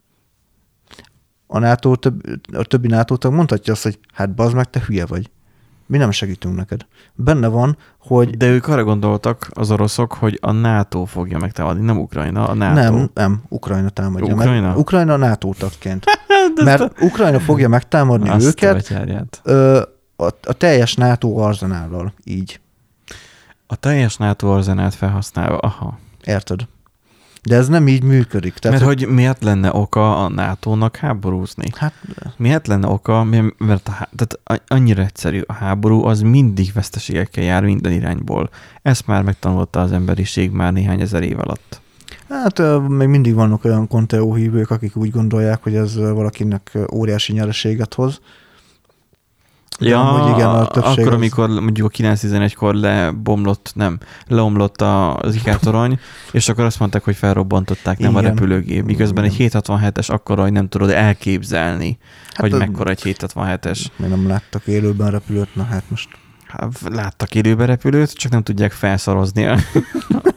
a, NATO több, a többi NATO tag mondhatja azt, hogy hát bazd meg, te hülye vagy. Mi nem segítünk neked. Benne van, hogy... De ők arra gondoltak, az oroszok, hogy a NATO fogja megtámadni, nem Ukrajna, a NATO. Nem, nem, Ukrajna támadja Ukrajna? meg. Ukrajna NATO tagként. Mert Ukrajna fogja megtámadni azt őket ö, a, a teljes NATO arzenállal, így. A teljes NATO arzenált felhasználva, aha. Érted? De ez nem így működik. Tehát, mert hogy miért lenne oka a nátónak háborúzni? Hát, miért lenne oka, mert a, tehát annyira egyszerű, a háború az mindig veszteségekkel jár minden irányból. Ezt már megtanulta az emberiség már néhány ezer év alatt. Hát még mindig vannak olyan Conteo hívők, akik úgy gondolják, hogy ez valakinek óriási nyereséget hoz. De ja, igen, a akkor, az... amikor mondjuk a kilenc tizenegykor lebomlott, nem, leomlott az ikátorony, és akkor azt mondták, hogy felrobbantották, nem igen. a repülőgép. Miközben igen. egy hétszázhatvanhetes akkora, hogy nem tudod elképzelni, hát hogy a... mekkora egy hétszázhatvanhetes. Még nem láttak élőben repülőt, na hát most. Hát, láttak élőben repülőt, csak nem tudják felszarozni.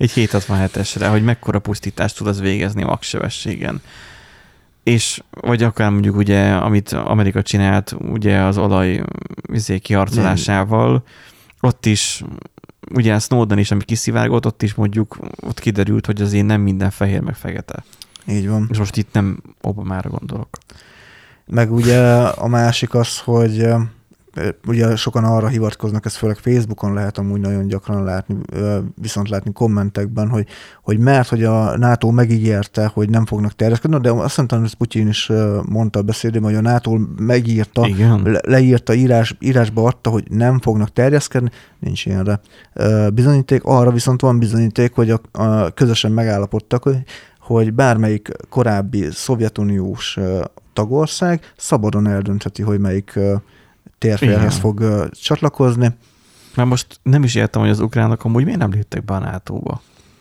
egy hétszázhatvanhetesre, hogy mekkora pusztítást tud az végezni max-sebességen. És vagy akár mondjuk ugye, amit Amerika csinált, ugye az olaj izé, kiharcolásával, ott is, ugye Snowden is, ami kiszivárgott, ott is mondjuk, ott kiderült, hogy azért nem minden fehér meg fekete. Így van. És most itt nem Obamára gondolok. Meg ugye a másik az, hogy ugye sokan arra hivatkoznak, ezt főleg Facebookon lehet amúgy nagyon gyakran látni, viszont látni kommentekben, hogy, hogy mert, hogy a NATO megígérte, hogy nem fognak terjeszkedni, de azt hiszem, hogy Putyin is mondta a beszédében, hogy a NATO megírta, le, leírta, írás, írásba adta, hogy nem fognak terjeszkedni, nincs ilyenre bizonyíték. Arra viszont van bizonyíték, hogy a, a közösen megállapodtak, hogy, hogy bármelyik korábbi szovjetuniós tagország szabadon eldöntheti, hogy melyik térfélhez fog uh, csatlakozni. Már most nem is értem, hogy az ukránok amúgy miért nem léptek be a nátóba.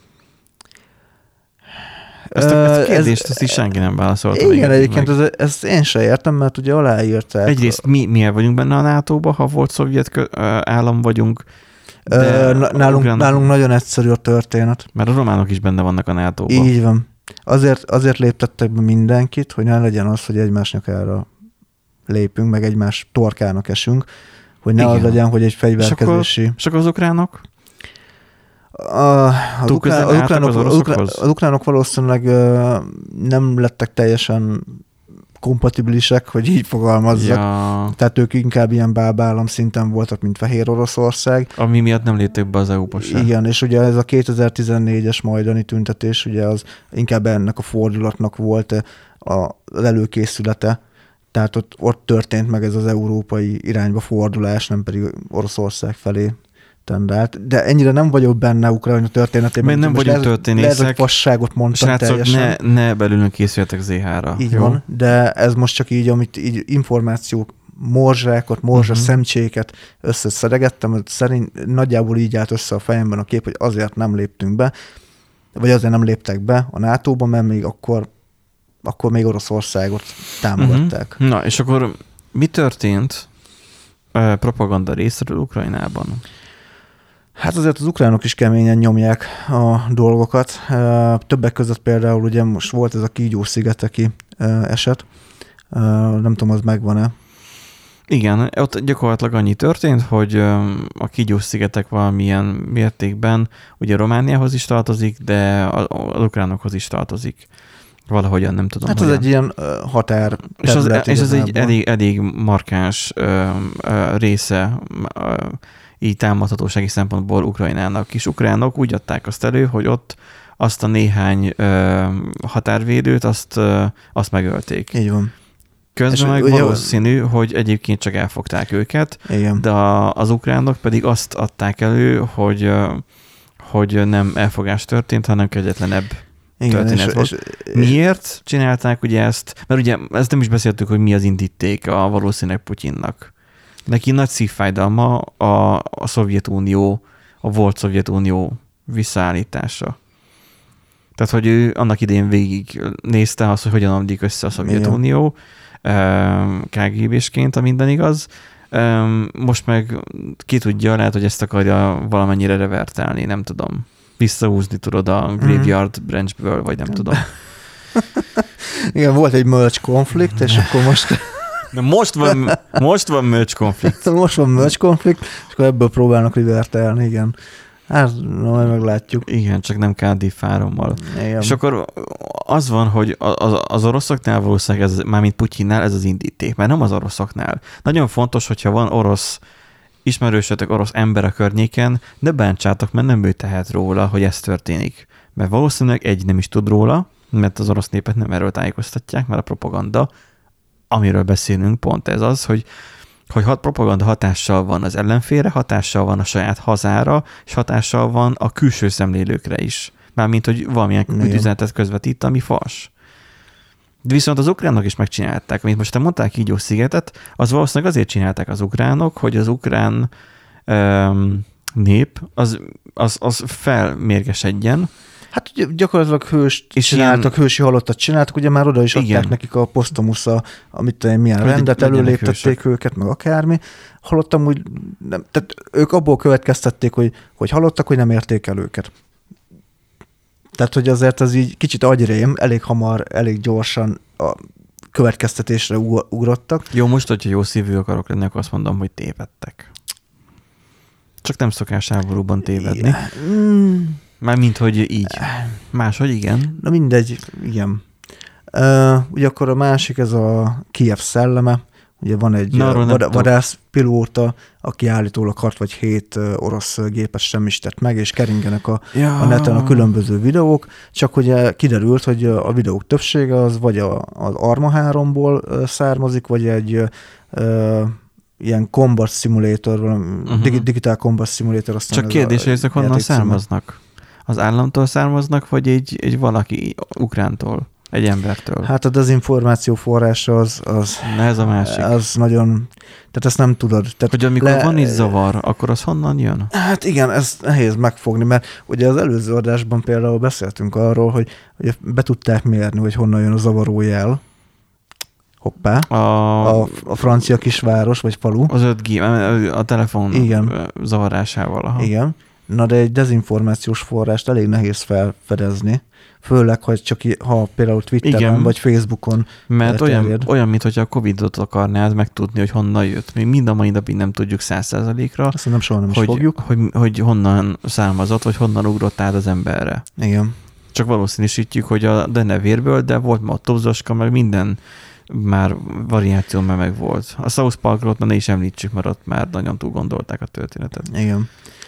Ezt a, ezt a kérdést, ez, ezt is senki nem válaszolta. Igen, egyébként ez, ezt én sem értem, mert ugye aláírták. Egyrészt mi, miért vagyunk benne a nátóba, ha volt szovjet kö, állam vagyunk? De nálunk, ukránok, nálunk nagyon egyszerű a történet. Mert a románok is benne vannak a nátóba. Így van. Azért, azért léptettek be mindenkit, hogy ne legyen az, hogy egymás nyakára lépünk, meg egymás torkának esünk, hogy ne Igen. az legyen, hogy egy fegyverkezési... És akkor, és akkor az ukránok? A, az, ukrán, az, ukránok, az, az, ukrán, az ukránok valószínűleg uh, nem lettek teljesen kompatibilisek, hogy így fogalmazzak. Ja. Tehát ők inkább ilyen bábállam szinten voltak, mint Fehér Oroszország. Ami miatt nem léptek be az é u-ba sem. Igen, és ugye ez a kétezer-tizennégyes majdani tüntetés, ugye az inkább ennek a fordulatnak volt az előkészülete. Tehát ott, ott történt meg ez az európai irányba fordulás, nem pedig Oroszország felé tendált. De ennyire nem vagyok benne Ukrajna történetében. Mert nem vagyunk történészek. Lehet, hogy fasságot mondtam Srácok, teljesen. ne, ne belülünk készüljetek zé há-ra. Így jó? Van, de ez most csak így, amit így információk, morzsákat, morzsa uh-huh. szemcséket összeszedegettem, szerint nagyjából így állt össze a fejemben a kép, hogy azért nem léptünk be, vagy azért nem léptek be a nátóba, mert még akkor akkor még Oroszországot támogatták. Uh-huh. Na, és akkor mi történt uh, propaganda részről Ukrajnában? Hát azért az ukránok is keményen nyomják a dolgokat. Uh, többek között például ugye most volt ez a Kígyó-szigeteki uh, eset. Uh, nem tudom, az megvan-e? Igen, ott gyakorlatilag annyi történt, hogy a Kígyó-szigetek valamilyen mértékben ugye Romániához is tartozik, de az ukránokhoz is tartozik. Valahogyan, nem tudom. Hát ez egy ilyen uh, határ És, az, és ez egy elég, elég markáns uh, uh, része uh, így támadhatósági szempontból Ukrajnának. És ukránok úgy adták azt elő, hogy ott azt a néhány uh, határvédőt, azt, uh, azt megölték. Így van. Közben meg valószínű, hogy egyébként csak elfogták őket, Igen. de a, az ukránok pedig azt adták elő, hogy, uh, hogy nem elfogás történt, hanem kegyetlenebb Igen, történet és, volt. és, Miért csinálták ugye ezt? Mert ugye ezt nem is beszéltük, hogy mi az indíték a valószínűleg Putyinnak. Neki nagy szívfájdalma a, a Szovjetunió, a volt Szovjetunió visszaállítása. Tehát, hogy ő annak idején végig nézte azt, hogy hogyan addig össze a Szovjetunió ká gé bésként, a minden igaz. Most meg ki tudja, lehet, hogy ezt akarja valamennyire revertálni, nem tudom. Visszahúzni tudod a Graveyard mm. Branchből, vagy nem tudom. Igen, volt egy merge konflikt, és akkor most... Na most van, most van merge konflikt. Most van merge konflikt, és akkor ebből próbálnak revertálni, igen. Hát, na, majd meglátjuk. Igen, csak nem ká dé fárommal. És akkor az van, hogy az, az oroszoknál valószínűleg, ez, mármint Putyinnál ez az indíték, mert nem az oroszoknál. Nagyon fontos, hogyha van orosz ismerősötök, orosz ember a környéken, ne bántsátok, mert nem ő tehet róla, hogy ez történik. Mert valószínűleg egy nem is tud róla, mert az orosz népet nem erről tájékoztatják, mert a propaganda, amiről beszélünk, pont ez az, hogy hogy hat propaganda hatással van az ellenfélre, hatással van a saját hazára, és hatással van a külső szemlélőkre is. Mármint, hogy valamilyen üzenetet közvetít, ami fals. De viszont az ukránok is megcsinálták, amit most te mondtál, Kígyó-szigetet, az valószínűleg azért csinálták az ukránok, hogy az ukrán um, nép az, az, az felmérgesedjen. Hát gyakorlatilag hőst és csináltak, ilyen... hősi halottat csináltak, ugye már oda is adták Igen. nekik a posztomusza, amit milyen hogy rendet előléptették őket, meg akármi. Halottam úgy, nem, tehát ők abból következtették, hogy, hogy halottak, hogy nem érték el őket. Tehát, hogy azért az így kicsit agyrém, elég hamar, elég gyorsan a következtetésre ugrottak. Jó, most, hogyha jó szívű akarok lenni, akkor azt mondom, hogy tévedtek. Csak nem szokás háborúban tévedni. Mm. Mármint, hogy így. Máshogy igen. Na mindegy, igen. Uh, ugye akkor a másik, ez a Kijev szelleme. Ugye van egy Na, vad- vadászpilóta, aki állítólag hat vagy hét orosz gépet semmisített meg, és keringenek a, ja. a neten a különböző videók, csak ugye kiderült, hogy a videók többsége az vagy a, az Arma háromból származik, vagy egy uh, ilyen combat simulator, uh-huh. dig- digital combat simulator. Aztán csak kérdés, hogy ezek honnan származnak? Az államtól származnak, vagy egy, egy valaki ukrántól? Egy embertől. Hát a dezinformáció forrása az, az, Na ez a másik. az nagyon, tehát ezt nem tudod. Tehát hogy amikor le, van is zavar, akkor az honnan jön? Hát igen, ez nehéz megfogni, mert ugye az előző adásban például beszéltünk arról, hogy, hogy be tudták mérni, hogy honnan jön a zavaró jel. Hoppá. A, a, a francia kisváros, vagy falu. Az öt G, a telefon igen. zavarásával. Aha. Igen. Na de egy dezinformációs forrást elég nehéz felfedezni. Főleg, hogy csak ha például Twitteren igen. vagy Facebookon mert olyan, olyan, mintha a Covidot akarnád megtudni, hogy honnan jött. Mi mind a mai napig nem tudjuk száz százalékra, azt nem soha nem is hogy, fogjuk. Hogy, hogy, hogy honnan származott, vagy honnan ugrott át az emberre. Igen. Csak valószínűsítjük, hogy a denevérből, de volt ma a Tobzoska, meg minden már variáció már meg volt. A South Parkot ne is említsük, mert ott már nagyon túl gondolták a történetet. Igen.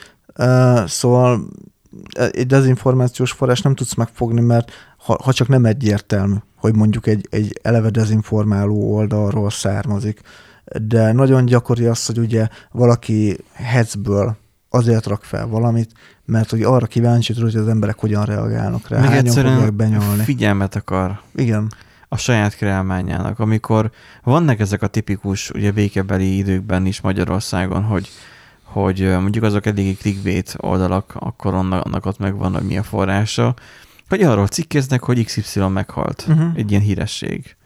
Uh, szóval egy dezinformációs forrás nem tudsz megfogni, mert ha, ha csak nem egyértelmű, hogy mondjuk egy, egy eleve dezinformáló oldalról származik. De nagyon gyakori az, hogy ugye valaki hetzből azért rak fel valamit, mert hogy arra kíváncsi tudod, hogy az emberek hogyan reagálnak rá, meg hányan fogják benyalni. Figyelmet akar. Igen. A saját kreálmányának. Amikor vannak ezek a tipikus, ugye békebeli időkben is Magyarországon, hogy hogy mondjuk azok eddigi clickbait oldalak, akkor annak ott megvan, hogy mi a forrása, hogy arról cikkeznek, hogy iksz ipszilon meghalt. Uh-huh. Egy ilyen híresség.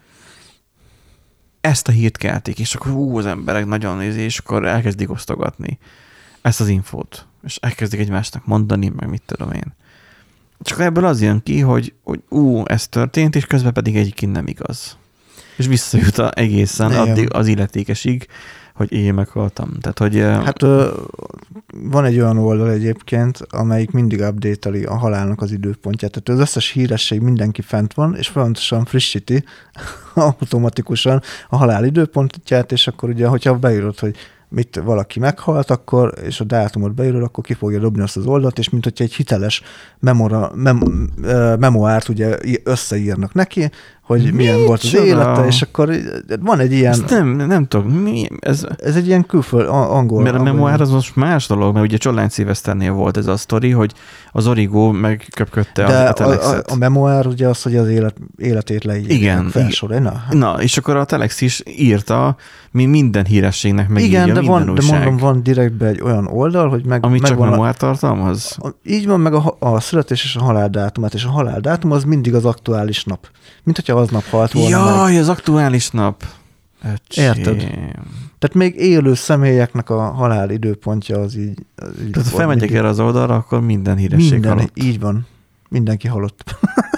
Ezt a hírt kelték, és akkor ú, az emberek nagyon nézi, és akkor elkezdik osztogatni ezt az infót. És elkezdik egymásnak mondani, meg mit tudom én. Csak ebből az jön ki, hogy, hogy ú, ez történt, és közben pedig egyébként nem igaz. És visszajut a egészen addig az illetékesig, hogy én meghaltam. Tehát, hogy... Hát ö, van egy olyan oldal egyébként, amelyik mindig update-eli a halálnak az időpontját. Tehát az összes híresség mindenki fent van, és folyamatosan frissíti automatikusan a halál időpontját, és akkor ugye, hogyha beírod, hogy mit valaki meghalt, akkor, és a dátumot beírod, akkor ki fogja dobni azt az oldalt, és mint hogyha egy hiteles memora, mem, memoárt ugye összeírnak neki, hogy mi milyen volt az élete, és akkor van egy ilyen... Ezt nem, nem tudom, mi ez? Ez egy ilyen külföld, angol... Mert a angol memoár az most más dolog, mert ugye Csollány Szilveszternél volt ez a sztori, hogy az Origo megköpködte a, a Telexet. A, a memoár ugye az, hogy az élet, életét leírják. Igen. Felsorolja. Na, Na, és akkor a Telex is írta, mi minden hírességnek megírja, igen, de minden van, újság. de mondom, van direktben egy olyan oldal, hogy meg... Ami meg csak van memoár tartalmaz? A, így van, meg a, a születés és a haláldátumát, és a haláldátum az mindig az aktuális nap. Mint hogyha aznap halt volna. Jaj, meg. Az aktuális nap. Öcsém. Érted? Tehát még élő személyeknek a halál időpontja az így... Az így Tehát ha felmegyek erre az oldalra, akkor minden híresség minden, halott. Így van. Mindenki halott.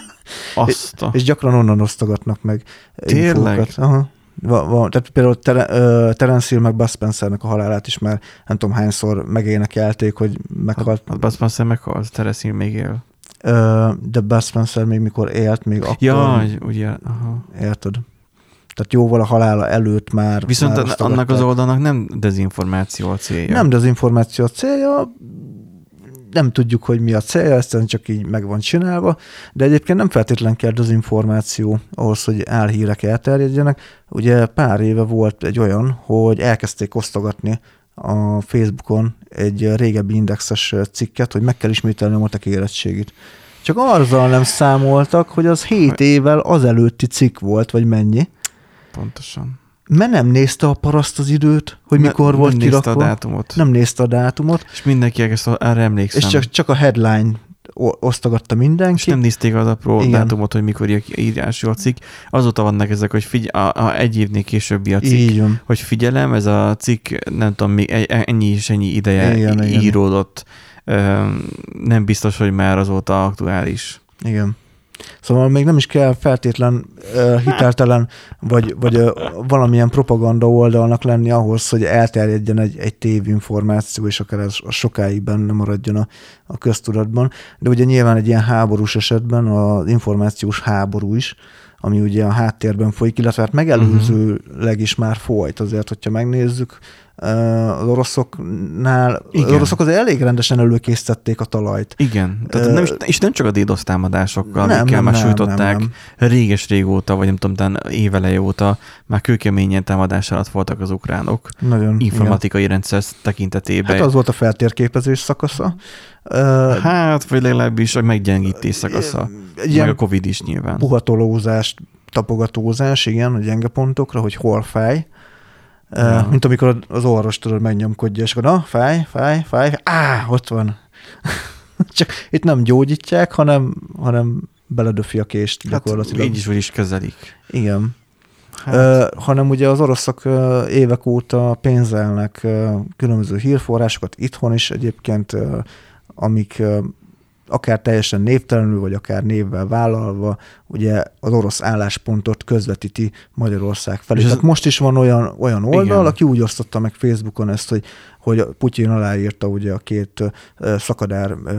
Azt a... És gyakran onnan osztogatnak meg. Tényleg? Infókat. Aha. Va, va, tehát például Ter- Terence Hill meg Buzz Spencernek a halálát is már nem tudom hányszor megénekelték, hogy meghalt. A Buzz Spencer meghalt, Terence Hill még él. De Buzz Spencer még mikor élt, még akkor... Jaj, ugye, aha. Érted? Tehát jóval a halála előtt már... Viszont már annak az oldalnak nem dezinformáció a célja. Nem dezinformáció a célja, nem tudjuk, hogy mi a célja, ezt csak így meg van csinálva, de egyébként nem feltétlen kell dezinformáció ahhoz, hogy álhírek elterjedjenek. Ugye pár éve volt egy olyan, hogy elkezdték osztogatni a Facebookon egy régebbi indexes cikket, hogy meg kell ismételni a matek érettségit. Csak azzal nem számoltak, hogy az hét évvel azelőtti cikk volt, vagy mennyi. Pontosan. Mert nem nézte a paraszt az időt, hogy ne, mikor volt nem kirakva. Nem nézte a dátumot. Nem nézte a dátumot. És mindenki ezt erre emlékszem. És csak, csak a headline osztogatta mindenki. És nem nézték az apró igen. dátumot, hogy mikor írású a cikk. Azóta vannak ezek, hogy figy- a, a egy évnél későbbi a cikk. Hogy figyelem, ez a cikk, nem tudom, még ennyi és ennyi ideje igen, íródott. Igen. Nem biztos, hogy már azóta aktuális. Igen. Szóval még nem is kell feltétlen uh, hiteltelen, vagy, vagy uh, valamilyen propaganda oldalnak lenni ahhoz, hogy elterjedjen egy, egy tévinformáció, és akár ez sokáig benne maradjon a, a köztudatban. De ugye nyilván egy ilyen háborús esetben az információs háború is, ami ugye a háttérben folyik, illetve hát megelőzőleg is már folyt azért, hogyha megnézzük, az oroszoknál, igen. Az oroszok azért elég rendesen előkészítették a talajt. Igen, tehát uh, nem is, és nem csak a DDoS támadásokkal, nem, amikkel nem, már nem, sújtották nem, réges-régóta, vagy nem tudom, éveleje óta már kőkeményen támadás alatt voltak az ukránok. Nagyon, informatikai igen. rendszer tekintetében. Hát az volt a feltérképezés szakasza. Hát, vagy legalábbis a meggyengítés szakasza. Meg a Covid is nyilván. Puhatolózás, tapogatózás, igen, a gyenge pontokra, hogy hol fáj. Ja. Mint amikor az orvos tudod megnyomkodja, és akkor na, fáj, fáj, fáj, á, ott van. Csak itt nem gyógyítják, hanem, hanem beledöfi a kést gyakorlatilag. Hát így is, úgy is kezelik. Igen. Hát. Uh, hanem ugye az oroszok uh, évek óta pénzelnek uh, különböző hírforrásokat itthon is egyébként, uh, amik uh, akár teljesen névtelenül, vagy akár névvel vállalva, ugye az orosz álláspontot közvetíti Magyarország felé. Tehát most is van olyan, olyan oldal, igen. aki úgy osztotta meg Facebookon ezt, hogy, hogy Putyin aláírta ugye a két uh, szakadár uh,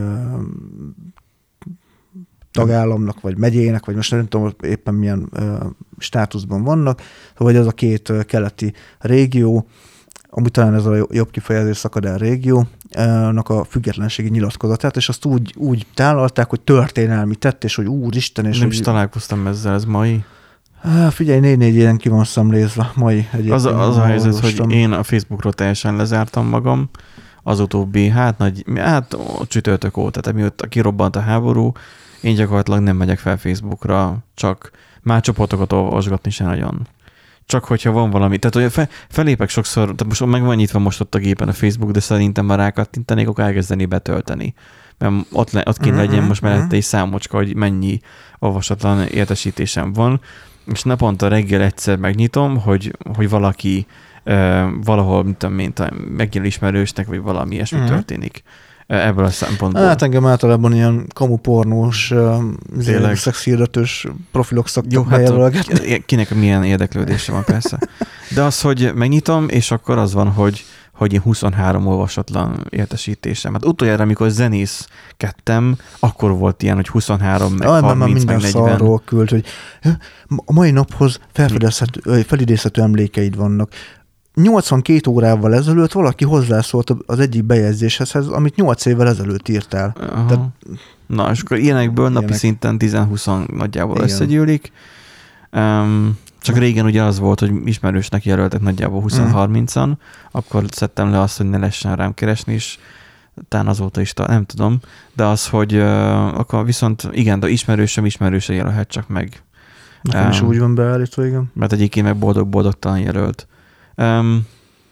tagállamnak, vagy megyének, vagy most nem tudom éppen milyen uh, státuszban vannak, vagy az a két uh, keleti régió, amúgy talán ez a jobb kifejezés szakadár régiónak a függetlenségi nyilatkozatát, és azt úgy, úgy tálalták, hogy történelmi tett, és hogy úristen. És nem hogy... is találkoztam ezzel, ez mai. Figyelj, négy-négy éven ki van szemlézve, mai egyébként. Az a, az a helyzet, hogy én a Facebookról teljesen lezártam magam, az utóbbi, hát nagy, hát csütörtök óta, tehát mióta kirobbant a háború, én gyakorlatilag nem megyek fel Facebookra, csak már csoportokat olvasgatni se nagyon. Csak hogyha van valami, tehát hogy fe, felépek sokszor, tehát most meg van nyitva most ott a gépen a Facebook, de szerintem már rákattintanék, akkor elkezdeni betölteni. Mert ott, le, ott kéne legyen most mellette egy számocska, hogy mennyi olvasatlan értesítésem van, és naponta reggel egyszer megnyitom, hogy, hogy valaki uh, valahol, mint tudom én, megjelen ismerősnek, vagy valami ilyesmi uh-huh. történik. Ebből a szempontból. Hát engem általában ilyen kamu pornós, szexhirdetős profilok szoktak bejelölgetni. Hát, kinek milyen érdeklődése van persze. De az, hogy megnyitom, és akkor az van, hogy, hogy én huszonhárom olvasatlan értesítésem. Hát utoljára, amikor zenészkedtem, akkor volt ilyen, hogy huszonhárom, meg harminc, meg negyven. Minden szarról küld, hogy a mai naphoz felidézhető emlékeid vannak. nyolcvankét órával ezelőtt valaki hozzászólt az egyik bejegyzéshez, amit nyolc évvel ezelőtt írtál. Tehát, na, és akkor ilyenekből ilyenek. Napi szinten tíz-húsz nagyjából igen. összegyűlik. Um, csak régen ugye az volt, hogy ismerősnek jelöltek nagyjából húsz-harmincan, mm. akkor szedtem le azt, hogy ne lessen rám keresni, és talán azóta is, nem tudom, de az, hogy uh, akkor viszont igen, de ismerősöm ismerőse jelölhet csak meg. Nekem um, is úgy van beállítva, igen. Mert egyébként meg boldog-boldogtalan jelölt. Um,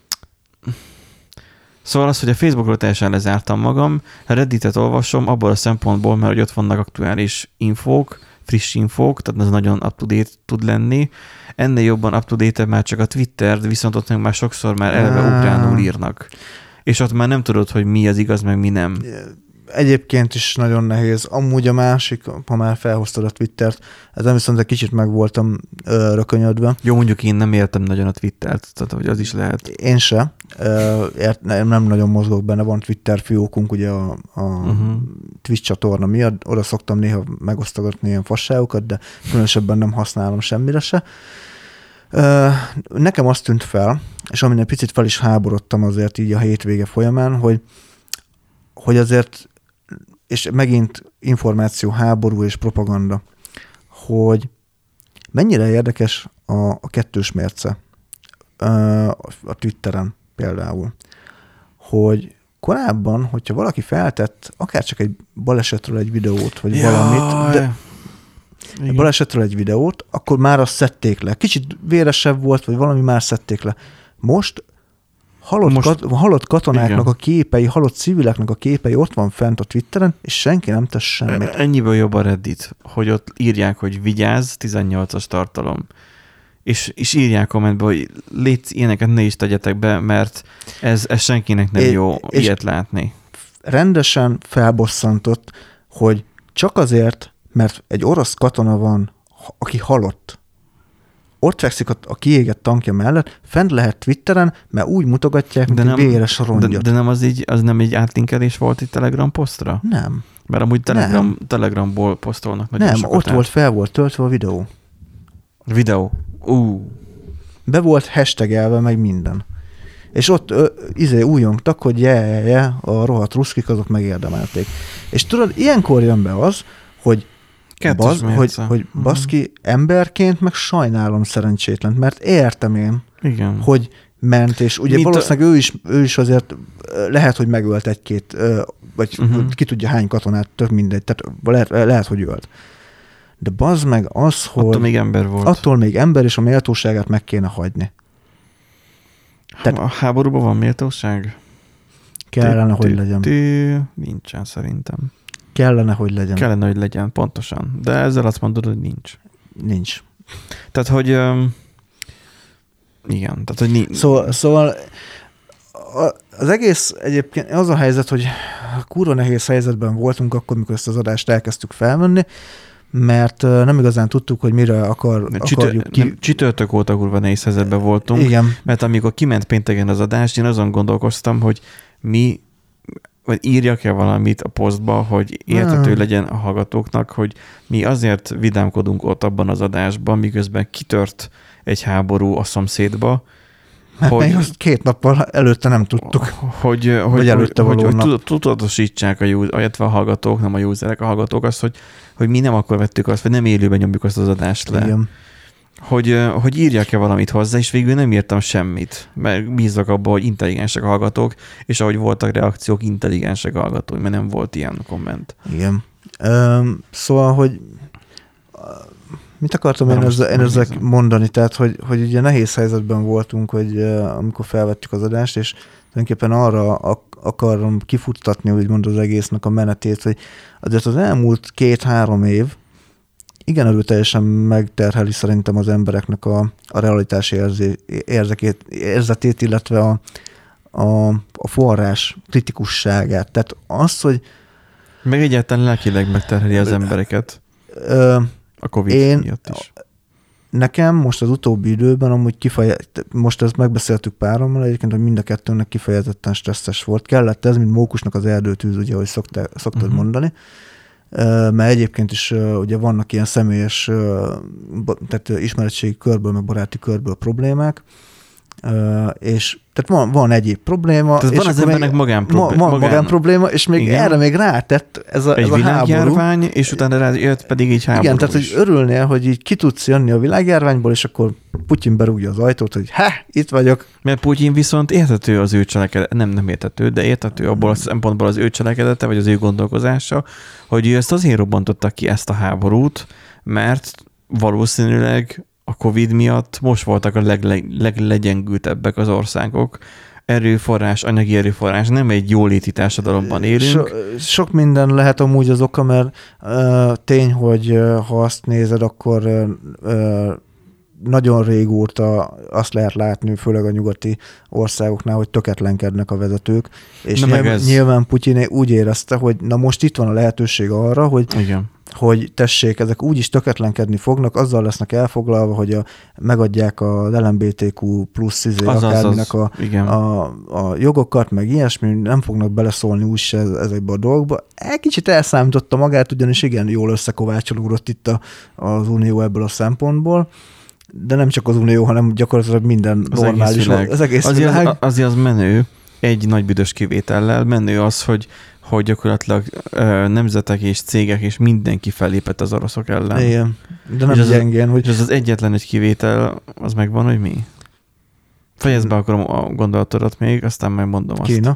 szóval az, hogy a Facebookról teljesen lezártam magam, a Redditet olvasom abból a szempontból, mert hogy ott vannak aktuális infók, friss infók, tehát ez nagyon up-to-date tud lenni. Ennél jobban up-to-date már csak a Twitter, viszont ott meg már sokszor már eleve ukránul írnak. És ott már nem tudod, hogy mi az igaz, meg mi nem. Egyébként is nagyon nehéz. Amúgy a másik, ha már felhoztad a Twittert, ezen viszont egy kicsit meg voltam ö, rökönyödve. Jó, mondjuk én nem értem nagyon a Twittert, tehát hogy az is lehet. Én se. Ö, ért, nem nagyon mozgok benne, van Twitter fiókunk ugye a, a uh-huh. Twitch csatorna miatt, oda szoktam néha megosztogatni ilyen fasságokat, de különösebben nem használom semmire se. Ö, nekem azt tűnt fel, és amin egy picit fel is háborodtam azért így a hétvége folyamán, hogy, hogy azért és megint információ, háború és propaganda, hogy mennyire érdekes a, a kettős mérce a Twitteren például, hogy korábban, hogyha valaki feltett akár csak egy balesetről egy videót, vagy Jaj. valamit, de egy balesetről egy videót, akkor már azt szedték le. Kicsit véresebb volt, vagy valami már szedték le. Most Halott, Most, kat, halott katonáknak igen. a képei, halott civileknek a képei ott van fent a Twitteren, és senki nem tesz semmit. Ennyiből jobb a Reddit, hogy ott írják, hogy vigyázz, tizennyolcas tartalom. És, és írják kommentbe, hogy légy, ilyeneket ne is tegyetek be, mert ez, ez senkinek nem é, jó ilyet látni. Rendesen felbosszantott, hogy csak azért, mert egy orosz katona van, aki halott. Ott fekszik a, a kiégett tankja mellett, fent lehet Twitteren, mert úgy mutogatják, mint egy véres rongyot. De, de nem az így, az nem egy átlinkelés volt itt Telegram posztra? Nem. Mert amúgy Telegram, Telegramból posztolnak nagyon Nem, sokat. ott volt, fel volt töltve a videó. Videó? Ú. Be volt hashtagelve, meg minden. És ott ö, izé újongtak, hogy je, je, je, a rohadt ruszkik, azok megérdemelték. És tudod, ilyenkor jön be az, hogy Baz, hogy, hogy baszki, emberként meg sajnálom szerencsétlent, mert értem én, igen. hogy ment, és ugye Mint valószínűleg a... ő, is, ő is azért lehet, hogy megölt egy-két, vagy uh-huh. ki tudja hány katonát, tök mindegy, tehát lehet, lehet hogy ölt. De bazd meg az, hogy... Attól még ember volt. Attól még ember, és a méltóságát meg kéne hagyni. Tehát, a háborúban van méltóság? Kellene, hogy legyen. Nincsen szerintem. Kellene, hogy legyen. Kellene, hogy legyen, pontosan. De ezzel azt mondod, hogy nincs. Nincs. Tehát, hogy um, igen, tehát, hogy nincs. Szóval, szóval az egész egyébként az a helyzet, hogy kurva nehéz helyzetben voltunk akkor, mikor ezt az adást elkezdtük felvenni, mert nem igazán tudtuk, hogy mire akar, Csütör, akarjuk ki. Nem, csütörtök óta kurva nehéz helyzetben voltunk. Igen. Mert amikor kiment pénteken az adás, én azon gondolkoztam, hogy mi vagy írjak-e valamit a posztba, hogy érthető legyen a hallgatóknak, hogy mi azért vidámkodunk ott abban az adásban, miközben kitört egy háború a szomszédba. Mert hogy, még azt két nappal előtte nem tudtuk. Hogy, hogy, hogy, előtte hogy, hogy, hogy nap. tudatosítsák a, a hallgatók, nem a userek, a hallgatók azt, hogy, hogy mi nem akkor vettük azt, vagy nem élőben nyomjuk azt az adást le. Igen. Hogy, hogy írjak-e valamit hozzá, és végül nem írtam semmit, mert bízok abban, hogy intelligensek a hallgatók, és ahogy voltak reakciók, intelligensek a hallgatók, mert nem volt ilyen komment. Igen. Um, szóval, hogy mit akartam én ezzel, én ezzel mondani, tehát, hogy, hogy ugye nehéz helyzetben voltunk, hogy uh, amikor felvettük az adást, és tulajdonképpen arra ak- akarom kifuttatni, úgymond az egésznek a menetét, hogy azért az elmúlt két-három év igen erőteljesen megterheli szerintem az embereknek a, a realitás érzé, érzekét, érzetét, illetve a, a, a forrás kritikusságát. Tehát az, hogy... Meg egyáltalán lelkileg megterheli az embereket. Ö, a Covid én, miatt is. Nekem most az utóbbi időben amúgy kifejezetten, most ezt megbeszéltük párommal egyébként, hogy mind a kettőnek kifejezetten stresszes volt. Kellett ez, mint mókusnak az erdőtűz, ugye, ahogy szoktál, szoktad uh-huh. mondani. Mert egyébként is ugye vannak ilyen személyes, tehát ismeretségi körből, meg baráti körből problémák, és tehát van, van egyéb probléma. Tehát és van az embernek magánprobléma. Van magán, magánprobléma, és még igen. erre még rátett ez a, egy ez a világjárvány, és utána rá jött pedig így háború. Igen, tehát hogy örülnél, hogy így ki tudsz jönni a világjárványból, és akkor Putyin berúgja az ajtót, hogy ha, itt vagyok. Mert Putyin viszont érthető az ő cselekedete, nem, nem érthető, de érthető abból a szempontból az ő cselekedete, vagy az ő gondolkozása, hogy ő ezt azért robbantotta ki ezt a háborút, mert valószínűleg a Covid miatt most voltak a leglegyengültebbek az országok. Erőforrás, anyagi erőforrás, nem egy jóléti társadalomban élünk. So, sok minden lehet amúgy az oka, mert uh, tény, hogy uh, ha azt nézed, akkor uh, nagyon régóta azt lehet látni, főleg a nyugati országoknál, hogy töketlenkednek a vezetők, és nyilván, nyilván Putyin úgy érezte, hogy na most itt van a lehetőség arra, hogy igen. hogy tessék, ezek úgyis töketlenkedni fognak, azzal lesznek elfoglalva, hogy a, megadják az el em bé té kú plusz izé, akárminek a, a, a jogokat, meg ilyesmi, nem fognak beleszólni úgyse ezekbe a dolgokba. Egy kicsit elszámította magát, ugyanis igen, jól összekovácsolódott itt a, az Unió ebből a szempontból, de nem csak az Unió, hanem gyakorlatilag minden az normális. Egész világ. Az egész azért, világ. Az, azért az menő, egy nagy büdös kivétellel, menő az, hogy hogy gyakorlatilag ö, nemzetek és cégek és mindenki fellépett az oroszok ellen. Igen, de nem és gyengén. Az, hogy... és az az egyetlen egy kivétel, az megvan, hogy mi? Fejezd be akarom a gondolatodat még, aztán majd mondom azt. Kína?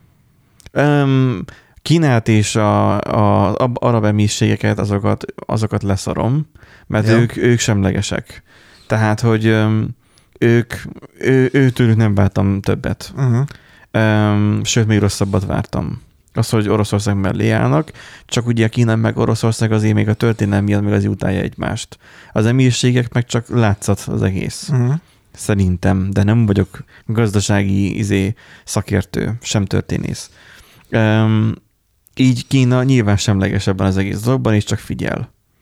Um, Kínát és a, a, a arab emírségeket, azokat, azokat leszarom, mert ja. ők, ők semlegesek. Tehát, hogy um, ők, ő, őtőlük nem vártam többet. Uh-huh. Um, sőt, még rosszabbat vártam. Az, hogy Oroszország mellé állnak, csak ugye Kína meg Oroszország azért még a történelem miatt még az utálja egymást. Az emírségek meg csak látszat az egész. Uh-huh. Szerintem, de nem vagyok gazdasági izé, szakértő, sem történész. Um, így Kína nyilván semleges ebben az egész dologban, és csak figyel.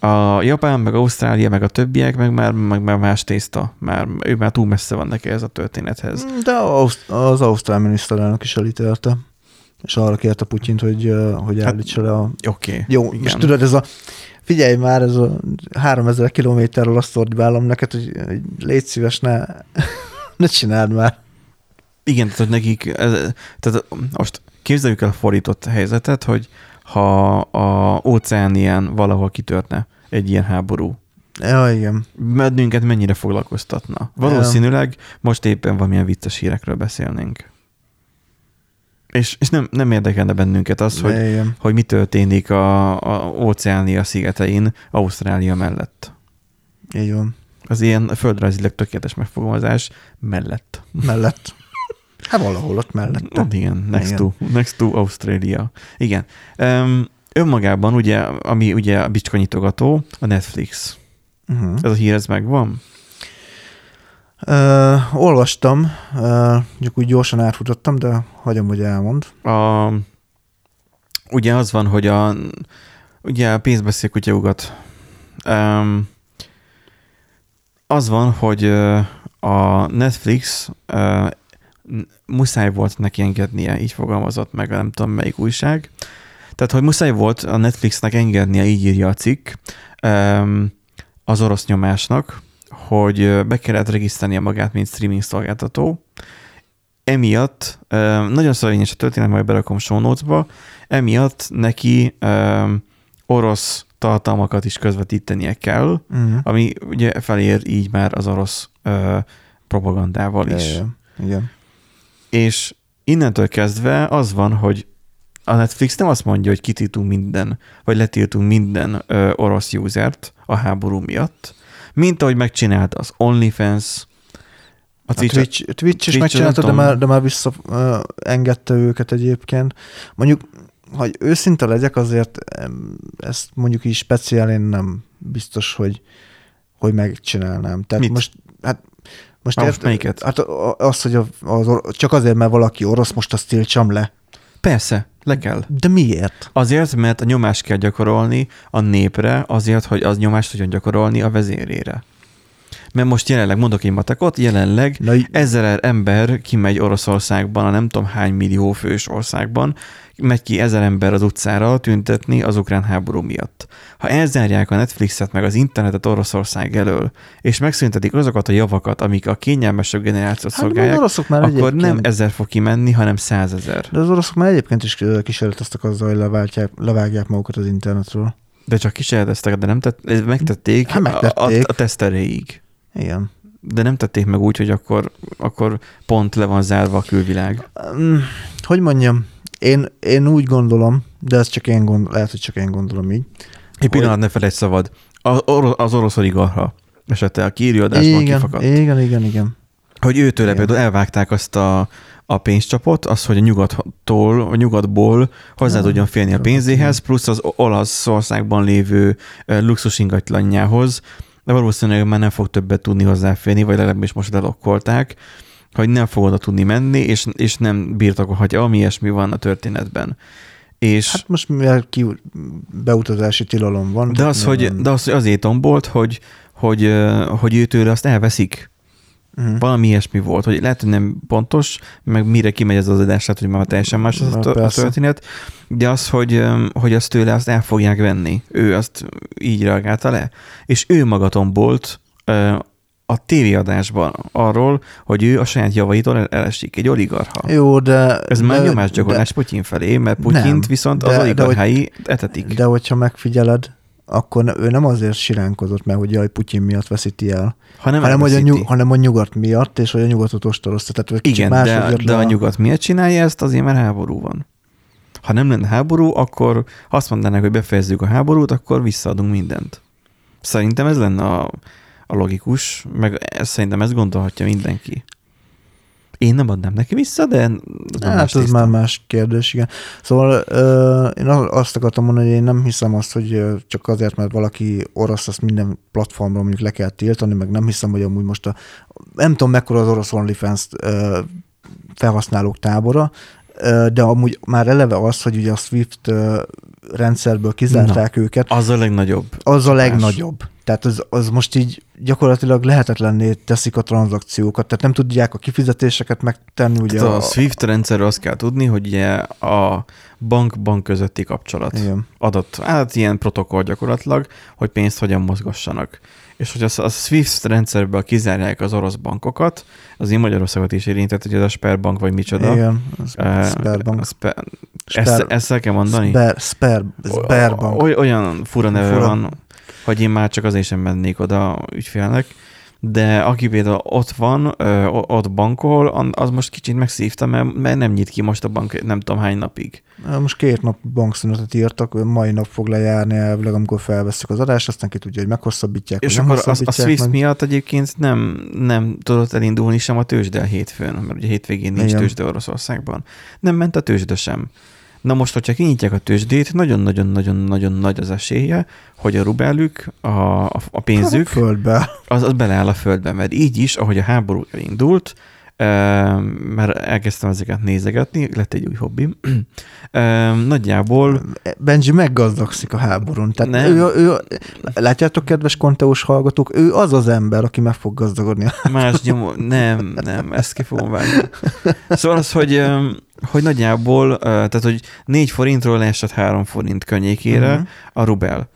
A Japán, meg Ausztrália, meg a többiek, meg már, meg már más tészta. Már, ő már túl messze van neki ez a történethez. De az ausztrál miniszterelnök is elítélte. És arra kérte Putyint, hogy, hogy állítsa le a... Oké. Okay, Jó, igen. most tudod, ez a... Figyelj már, ez a háromezer kilométerről azt ordibálom neked, hogy, hogy légy szíves, ne, ne csináld már. Igen, tehát hogy nekik... Ez, tehát most képzeljük el a fordított helyzetet, hogy ha a óceánien valahol kitörne egy ilyen háború. Ja, igen. Bennünket mennyire foglalkoztatna? Valószínűleg most éppen valamilyen vicces hírekről beszélnénk. És, és nem, nem érdekelne bennünket az, hogy, hogy mi történik a, a Óceánia szigetein Ausztrália mellett. Így van. Az ilyen földrajzileg tökéletes megfogalmazás mellett. Mellett. Hát valahol ott mellett. Oh, igen, next igen. to, next to Australia. Igen. Um, önmagában ugye, ami ugye a bicskanyitogató, a Netflix. Uh-huh. Ez a hír, ez megvan? Uh, olvastam, uh, csak úgy gyorsan átfutottam, de hagyom, hogy elmond. A, ugye az van, hogy a, ugye a pénzbeszél kutyaugat. Um, az van, hogy uh, a Netflix uh, muszáj volt neki engednie, így fogalmazott meg, nem tudom melyik újság. Tehát, hogy muszáj volt a Netflixnek engednie, így írja a cikk, um, az orosz nyomásnak, hogy be kellett regisztrálnia magát, mint streaming szolgáltató. Emiatt, nagyon szörnyes a történet, majd berakom show notes-ba, emiatt neki um, orosz tartalmakat is közvetítenie kell, uh-huh. ami ugye felér így már az orosz uh, propagandával is. Ja, igen. És innentől kezdve az van, hogy a Netflix nem azt mondja, hogy kitiltunk minden, vagy letiltunk minden uh, orosz usert a háború miatt, mint ahogy megcsinálta az OnlyFans, a Twitch, a Twitch, Twitch is megcsinálta, de már, de már visszaengedte uh, őket egyébként. Mondjuk, hogy őszinte legyek, azért ezt mondjuk így speciál én nem biztos, hogy, hogy megcsinálnám. Tehát mit? most, hát most, most melyiket? Hát az, hogy az, csak azért, mert valaki orosz, most azt tiltsam le. Persze, le kell. De miért? Azért, mert a nyomást kell gyakorolni a népre, azért, hogy az nyomást tudjon gyakorolni a vezérére. Mert most jelenleg, mondok egy matekot, jelenleg Na, ezer ember kimegy Oroszországban, a nem tudom hány millió fős országban, megy ki ezer ember az utcára tüntetni az ukrán háború miatt. Ha elzárják a Netflixet meg az internetet Oroszország elől, és megszüntetik azokat a javakat, amik a kényelmesebb generációt hát, szolgálják, akkor egyébként... nem ezer fog kimenni, hanem százezer. De az oroszok már egyébként is kísérleteztek azzal, hogy levágják, levágják magukat az internetről. De csak kísérleteztek, de nem tett, megtették, hát megtették. A, a, a teszteréig. Igen. De nem tették meg úgy, hogy akkor, akkor pont le van zárva a külvilág. Hogy mondjam, én, én úgy gondolom, de ez csak én gondolom, lehet, hogy csak én gondolom így. Egy pillanat, hogy... ne felejtsd szabad. Az orosz oligarcha esete a kiírjadásban kifakadt. Igen, igen, igen. Hogy őtőle például elvágták azt a, a pénzcsapot, az, hogy a nyugattól, a nyugatból hozzá tudjon férni a pénzéhez, plusz az Olaszországban lévő luxus ingatlanjához, de valószínűleg már nem fog többet tudni hozzáférni, vagy legalábbis most elokkolták, hogy nem fog oda tudni menni, és, és nem birtokolhatja, ami ilyesmi van a történetben. És hát most mivel ki beutazási tilalom van. De az, hogy, de az, hogy azért tombolt, hogy, hogy, hogy őtőle azt elveszik. Uh-huh. Valami ilyesmi volt, hogy lehet, hogy nem pontos, meg mire kimegy ez az adás, hogy már teljesen más az a, a történet, de az, hogy, hogy azt tőle azt el fogják venni. Ő azt így reagálta le. És ő maga tombolt a tévéadásban arról, hogy ő a saját javaitól elesik, egy oligarcha. Jó, de... Ez már nyomásgyakorlás Putyin felé, mert Putyint viszont de, az oligarchái de, etetik. De hogyha megfigyeled, akkor ő nem azért siránkozott, mert hogy jaj, Putyin miatt veszíti el, hanem, hanem, hogy a nyug, hanem a nyugat miatt, és hogy a nyugatot ostorozta. Tehát, igen, de, de a nyugat miért csinálja ezt? Azért, mert háború van. Ha nem lenne háború, akkor azt mondanak, hogy befejezzük a háborút, akkor visszaadunk mindent. Szerintem ez lenne a, a logikus, meg ez, szerintem ezt gondolhatja mindenki. Én nem adnám neki vissza, de... Hát ez már más kérdés, igen. Szóval uh, én azt akartam mondani, hogy én nem hiszem azt, hogy csak azért, mert valaki orosz, azt minden platformról mondjuk le kell tiltani, meg nem hiszem, hogy amúgy most a... Nem tudom, mekkora az orosz OnlyFans uh, felhasználók tábora, uh, de amúgy már eleve az, hogy ugye a Swift uh, rendszerből kizárták Na, őket. Az a legnagyobb. Az a legnagyobb. Tehát az, az most így gyakorlatilag lehetetlenné teszik a tranzakciókat, tehát nem tudják a kifizetéseket megtenni. Ugye a, a SWIFT rendszerről azt kell tudni, hogy ugye a bank-bank közötti kapcsolat Igen. adott, hát ilyen protokoll gyakorlatilag, hogy pénzt hogyan mozgassanak. És hogy a, a SWIFT rendszerből kizárják az orosz bankokat, az én Magyarországot is érintett, hogy ez a Sperbank vagy micsoda. Igen, a Sperbank. Sper, ezt, ezt el kell mondani? Sper, Sper, Sperbank. Oly, olyan fura neve fura. van, hogy én már csak azért sem mennék oda ügyfélnek, de aki például ott van, ott bankol, az most kicsit megszívta, mert, mert nem nyit ki most a bank nem tudom hány napig. Most két nap bankszünetet írtak, mai nap fog lejárni elvileg, amikor felveszük az adást, aztán ki tudja, hogy meghosszabbítják, és akkor a, a SWIFT meg... miatt egyébként nem, nem tudott elindulni sem a tőzsde a hétfőn, mert ugye hétvégén nincs Igen. tőzsde Oroszországban. Nem ment a tőzsde sem. Na most, hogyha kinyitják a tőzsdét, nagyon-nagyon-nagyon-nagyon nagy az esélye, hogy a rubelük, a, a, a pénzük, földbe. Az, az beleáll a földbe, mert így is, ahogy a háború elindult, mert elkezdtem ezeket nézegetni, lett egy új hobbim. Nagyjából... Benji meggazdagszik a háborún. Tehát ő, ő, látjátok, kedves Konteós hallgatók, ő az az ember, aki meg fog gazdagodni. Más nyomó... Nem, nem, ezt ki fogom vágni. Szóval az, hogy, hogy nagyjából, tehát, hogy négy forintról leesett három forint környékére uh-huh. a rubel.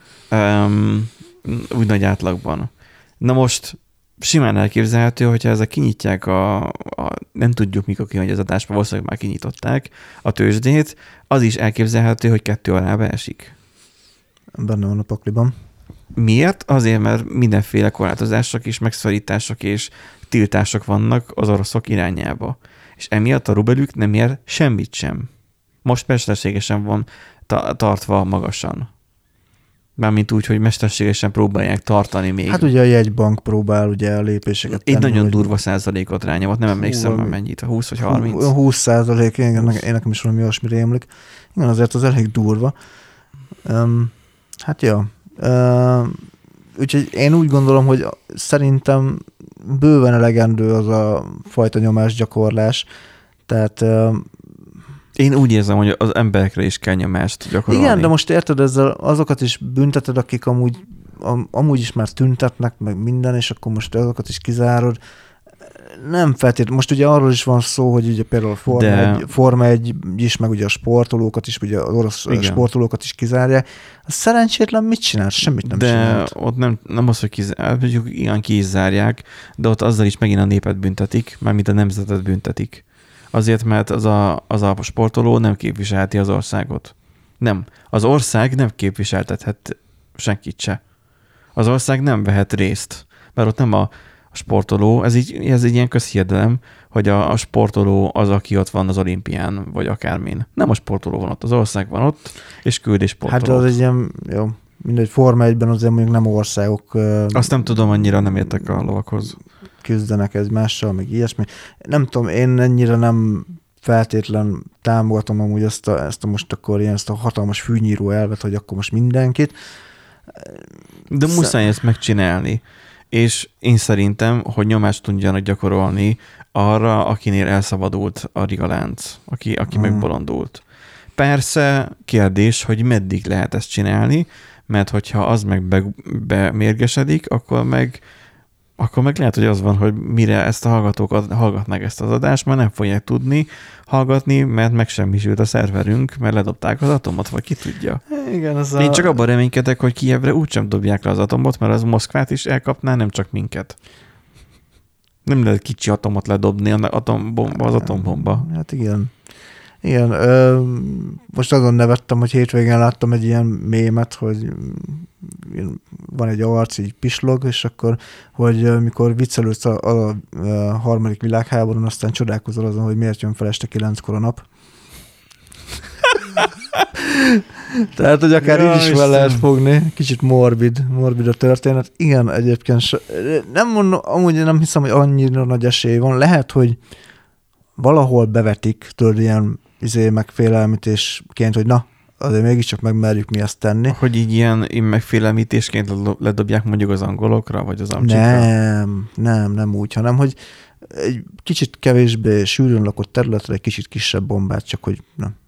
Úgy nagy átlagban. Na most simán elképzelhető, hogyha ezek kinyitják a, a nem tudjuk mikor kimegy az adásba, valószínűleg már kinyitották a tőzsdét, az is elképzelhető, hogy kettő alá beesik. Benne van a pakliban. Miért? Azért, mert mindenféle korlátozások és megszorítások és tiltások vannak az oroszok irányába. És emiatt a rubelük nem ér semmit sem. Most mesterségesen van ta- tartva magasan. Mármint úgy, hogy mesterségesen próbálják tartani még. Hát ugye a jegybank próbál ugye a lépéseket tenni. Egy nagyon hogy... durva százalékot rányomott, nem emlékszem már mennyit, a húsz vagy harminc. húsz százalék, én, én nekem is valami olyasmi rémlik. Igen, azért az elég durva. Um, hát ja. Um, úgyhogy én úgy gondolom, hogy szerintem bőven elegendő az a fajta nyomásgyakorlás. Tehát um, én úgy érzem, hogy az emberekre is kell nyomást gyakorolni. Igen, de most érted, ezzel azokat is bünteted, akik amúgy, am, amúgy is már tüntetnek, meg minden, és akkor most azokat is kizárod. Nem feltétlenül. Most ugye arról is van szó, hogy ugye például a Forma, de... egy, Forma egy is, meg ugye a sportolókat is, ugye az orosz Igen. sportolókat is kizárják. A szerencsétlen mit csinál? Semmit nem de csinált. De ott nem, nem az, hogy kizárják, mondjuk igen, ki is zárják, de ott azzal is megint a népet büntetik, mármint a nemzetet büntetik. Azért, mert az a, az a sportoló nem képviselheti az országot. Nem. Az ország nem képviseltethet senkit se. Az ország nem vehet részt, mert ott nem a, a sportoló, ez így, ez egy ilyen közhiedelem, hogy a, a sportoló az, aki ott van az olimpián, vagy akármin. Nem a sportoló van ott, az ország van ott, és küldi sportolót. Hát az egy ilyen, jó, mindegy, Forma egyben azért mondjuk nem országok... Azt nem tudom, annyira nem értek a lovakhoz. Küzdenek egymással, meg ilyesmi. Nem tudom, én ennyire nem feltétlen támogatom amúgy ezt a, ezt a most akkor ilyen, ezt a hatalmas fűnyíró elvet, hogy akkor most mindenkit. De Sz... muszáj ezt megcsinálni. És én szerintem, hogy nyomást tudjanak gyakorolni arra, akinél elszabadult a rigalánc, aki, aki hmm. megbolondult. Persze kérdés, hogy meddig lehet ezt csinálni, mert hogyha az meg be, bemérgesedik, akkor meg akkor meg lehet, hogy az van, hogy mire ezt a hallgatók hallgatnak ezt az adást, már nem fogják tudni hallgatni, mert megsemmisült a szerverünk, mert ledobták az atomot, vagy ki tudja. Igen, az Én a... csak abban reménykedek, hogy Kijevre úgysem dobják le az atomot, mert az Moszkvát is elkapná, nem csak minket. Nem lehet kicsi atomot ledobni az atombomba. Az atombomba. Hát igen. Igen, ö, most azon nevettem, hogy hétvégén láttam egy ilyen mémet, hogy van egy arc, így pislog, és akkor, hogy mikor viccelődsz a, a, a harmadik világháborún, aztán csodálkozol azon, hogy miért jön fel este kilenckor a nap. Tehát, hogy akár ja, így is fel lehet fogni. Kicsit morbid, morbid a történet. Igen, egyébként so, nem mondom, amúgy nem hiszem, hogy annyira nagy esély van. Lehet, hogy valahol bevetik, tudod, ilyen izé megfélelmítésként, hogy na, azért mégiscsak megmerjük mi ezt tenni. Hogy így ilyen megfélelmítésként ledobják mondjuk az angolokra, vagy az amcsikra? Nem, nem, nem úgy, hanem, hogy egy kicsit kevésbé sűrűn lakott területre egy kicsit kisebb bombát, csak hogy na,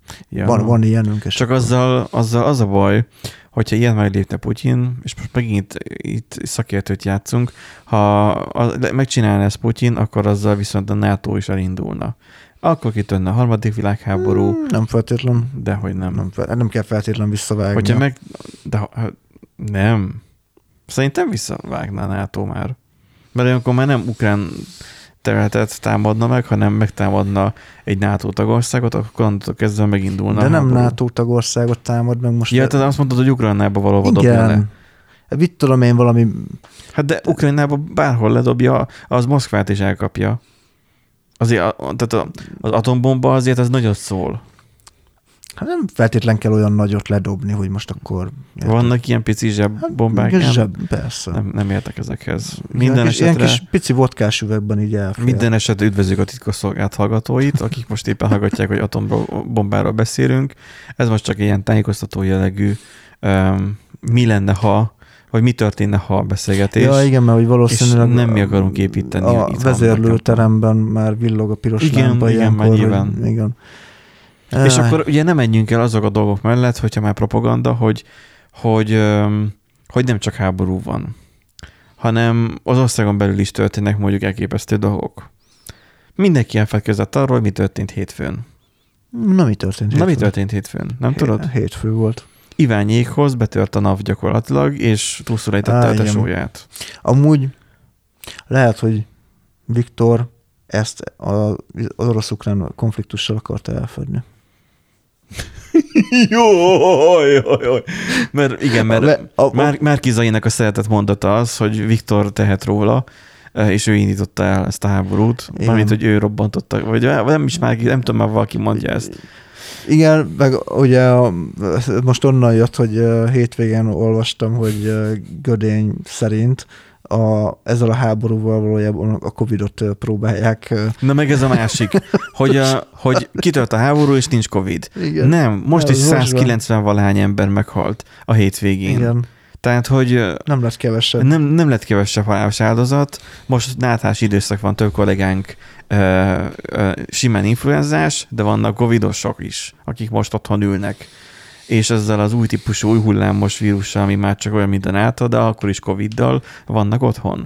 Ja. Van, van ilyenünk. Csak azzal, azzal az a baj, hogyha ilyen meglépne Putyin, és most megint itt szakértőt játszunk, ha a, megcsinálna ezt Putyin, akkor azzal viszont a NATO is elindulna. Akkor kitörne a harmadik világháború. Hmm, nem feltétlen. Dehogy nem. Nem, fel, nem kell feltétlen visszavágni. Hogyha meg... De, nem. Szerintem visszavágná a NATO már. Mert olyankor már nem ukrán területet támadna meg, hanem megtámadna egy NATO tagországot, akkor onnantól kezdve megindulna. De nem háború. NATO tagországot támad meg most. Ja, tehát azt mondtad, hogy Ukrajnába valahol dobja le. Mit tudom én valami... Hát de Ukrajnába bárhol ledobja, az Moszkvát is elkapja. Azért, tehát az atombomba azért az nagyot szól. Hát nem feltétlen kell olyan nagyot ledobni, hogy most akkor... Érted? Vannak ilyen pici zsebbombák? Hát, zseb, persze. Nem, nem értek ezekhez. Minden ilyen esetre... Ilyen kis pici vodkás üvegben így elfér. Minden esetre üdvözlük a titkosszolgált hallgatóit, akik most éppen hallgatják, hogy atombombáról beszélünk. Ez most csak ilyen tájékoztató jellegű um, mi lenne, ha vagy mi történne, ha a beszélgetés. Ja, igen, mert hogy valószínűleg nem mi akarunk építeni. A vezérlőteremben már villog a piros igen, lámpa. Igen, ilyenkor, már nyilván. Hogy, igen. És uh, akkor ugye nem menjünk el azok a dolgok mellett, hogyha már propaganda, hogy, hogy, hogy nem csak háború van, hanem az országon belül is történnek mondjuk elképesztő dolgok. Mindenki elfelelkezett arról, hogy mi történt hétfőn. Na, mi történt hétfőn? Na, mi történt hétfőn? Nem Hé, tudod? Hétfő volt. Iványékhoz betört a NAV gyakorlatilag, és túlszul ejtette a tesóját. Amúgy lehet, hogy Viktor ezt az orosz-ukrán konfliktussal akarta elfedni. jó, jó, jó. Mert igen, mert Már, Márki Zainek a szeretett mondata az, hogy Viktor tehet róla, és ő indította el ezt a háborút, valamint, hogy ő robbantotta, vagy nem is Márki, nem tudom, már valaki mondja ezt. Igen, meg ugye most onnan jött, hogy hétvégén olvastam, hogy Gödény szerint a, ezzel a háborúval valójában a Covidot próbálják. Na meg ez a másik, hogy, a, hogy kitört a háború, és nincs Covid. Igen. Nem, most is százkilencven valahány ember meghalt a hétvégén. Igen. Tehát, hogy nem lett kevesebb. Nem, nem lett kevesebb halálos áldozat. Most náthás időszak van, több kollégánk ö, ö, simán influenzás, de vannak covidosok is, akik most otthon ülnek. És ezzel az új típusú, új hullámos vírussal, ami már csak olyan, mint a náta, de akkor is Coviddal vannak otthon.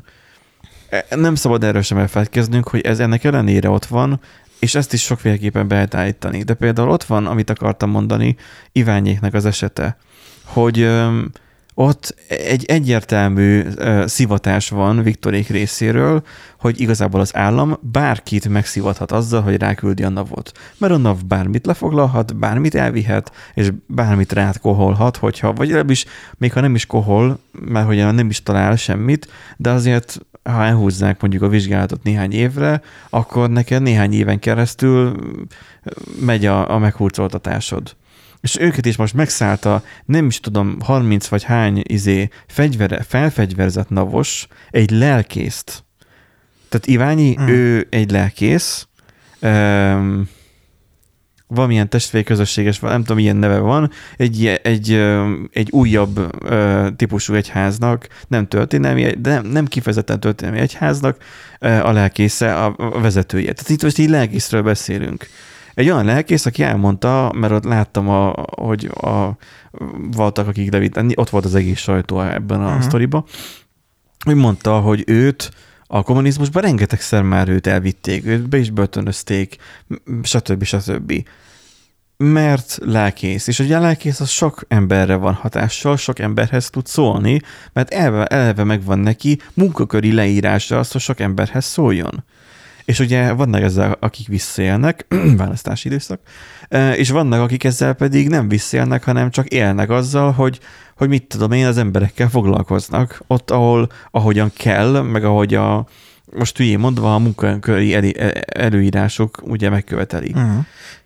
Nem szabad erről sem elfelejtkeznünk, hogy ez ennek ellenére ott van, és ezt is sokféleképpen be lehet állítani. De például ott van, amit akartam mondani, Iványéknek az esete, hogy ö, ott egy egyértelmű uh, szivatás van Viktorék részéről, hogy igazából az állam bárkit megszivathat azzal, hogy ráküldi a navot. Mert a nav bármit lefoglalhat, bármit elvihet, és bármit rád koholhat, hogyha, vagy legalábbis még ha nem is kohol, mert hogy nem is talál semmit, de azért ha elhúzzák mondjuk a vizsgálatot néhány évre, akkor neked néhány éven keresztül megy a, a meghurcoltatásod. És őket is most megszállta, nem is tudom, harminc vagy hány izé fegyvere, felfegyverzett navos, egy lelkészt. Tehát Iványi, mm. ő egy lelkész, um, valamilyen testvérközösséges, nem tudom, milyen neve van, egy, egy, egy újabb uh, típusú egyháznak, nem történelmi, de nem, nem kifejezetten történelmi egyháznak uh, a lelkésze, a, a vezetője. Tehát itt most így lelkészről beszélünk. Egy olyan lelkész, aki elmondta, mert ott láttam, a, hogy a, voltak, akik levittek, ott volt az egész sajtó ebben a uh-huh. sztoriban, hogy mondta, hogy őt a kommunizmusban rengetegszer már őt elvitték, őt be is börtönözték, stb. stb. Mert lelkész. És ugye a lelkész az sok emberre van hatással, sok emberhez tud szólni, mert eleve, eleve megvan neki munkaköri leírása az, hogy sok emberhez szóljon. És ugye vannak ezzel, akik visszaélnek, választási időszak, és vannak, akik ezzel pedig nem visszaélnek, hanem csak élnek azzal, hogy, hogy mit tudom én, az emberekkel foglalkoznak. Ott, ahol, ahogyan kell, meg ahogy a, most hülyén mondva, a munkaköri előírások ugye megköveteli. Uh-huh.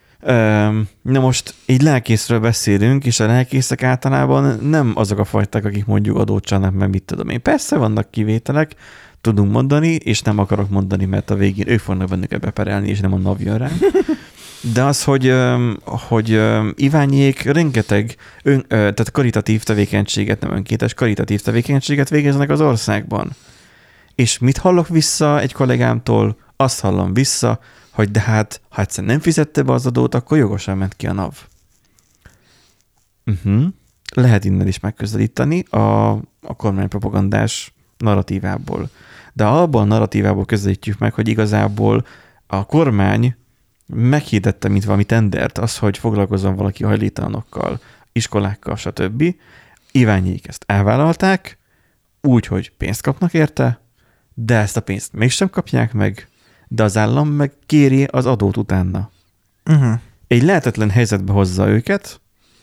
Na most egy lelkészről beszélünk, és a lelkészek általában nem azok a fajták, akik mondjuk adót csinálnak, meg mit tudom én. Persze vannak kivételek, tudunk mondani, és nem akarok mondani, mert a végén ők fognak bennük ebbe perelni, és nem a NAV jön rá. De az, hogy, hogy Iványék rengeteg ön, tehát karitatív tevékenységet, nem önkéntes, karitatív tevékenységet végeznek az országban. És mit hallok vissza egy kollégámtól? Azt hallom vissza, hogy de hát, ha egyszer nem fizette be az adót, akkor jogosan ment ki a NAV. Uh-huh. Lehet innen is megközelíteni a, a kormánypropagandás narratívából. De abban a narratívából közelítjük meg, hogy igazából a kormány meghirdette, mint valami tendert, az, hogy foglalkozzon valaki hajléktalanokkal, iskolákkal, stb. Iványiék ezt elvállalták, úgy, hogy pénzt kapnak érte, de ezt a pénzt mégsem kapják meg, de az állam meg kéri az adót utána. Uh-huh. Egy lehetetlen helyzetbe hozza őket,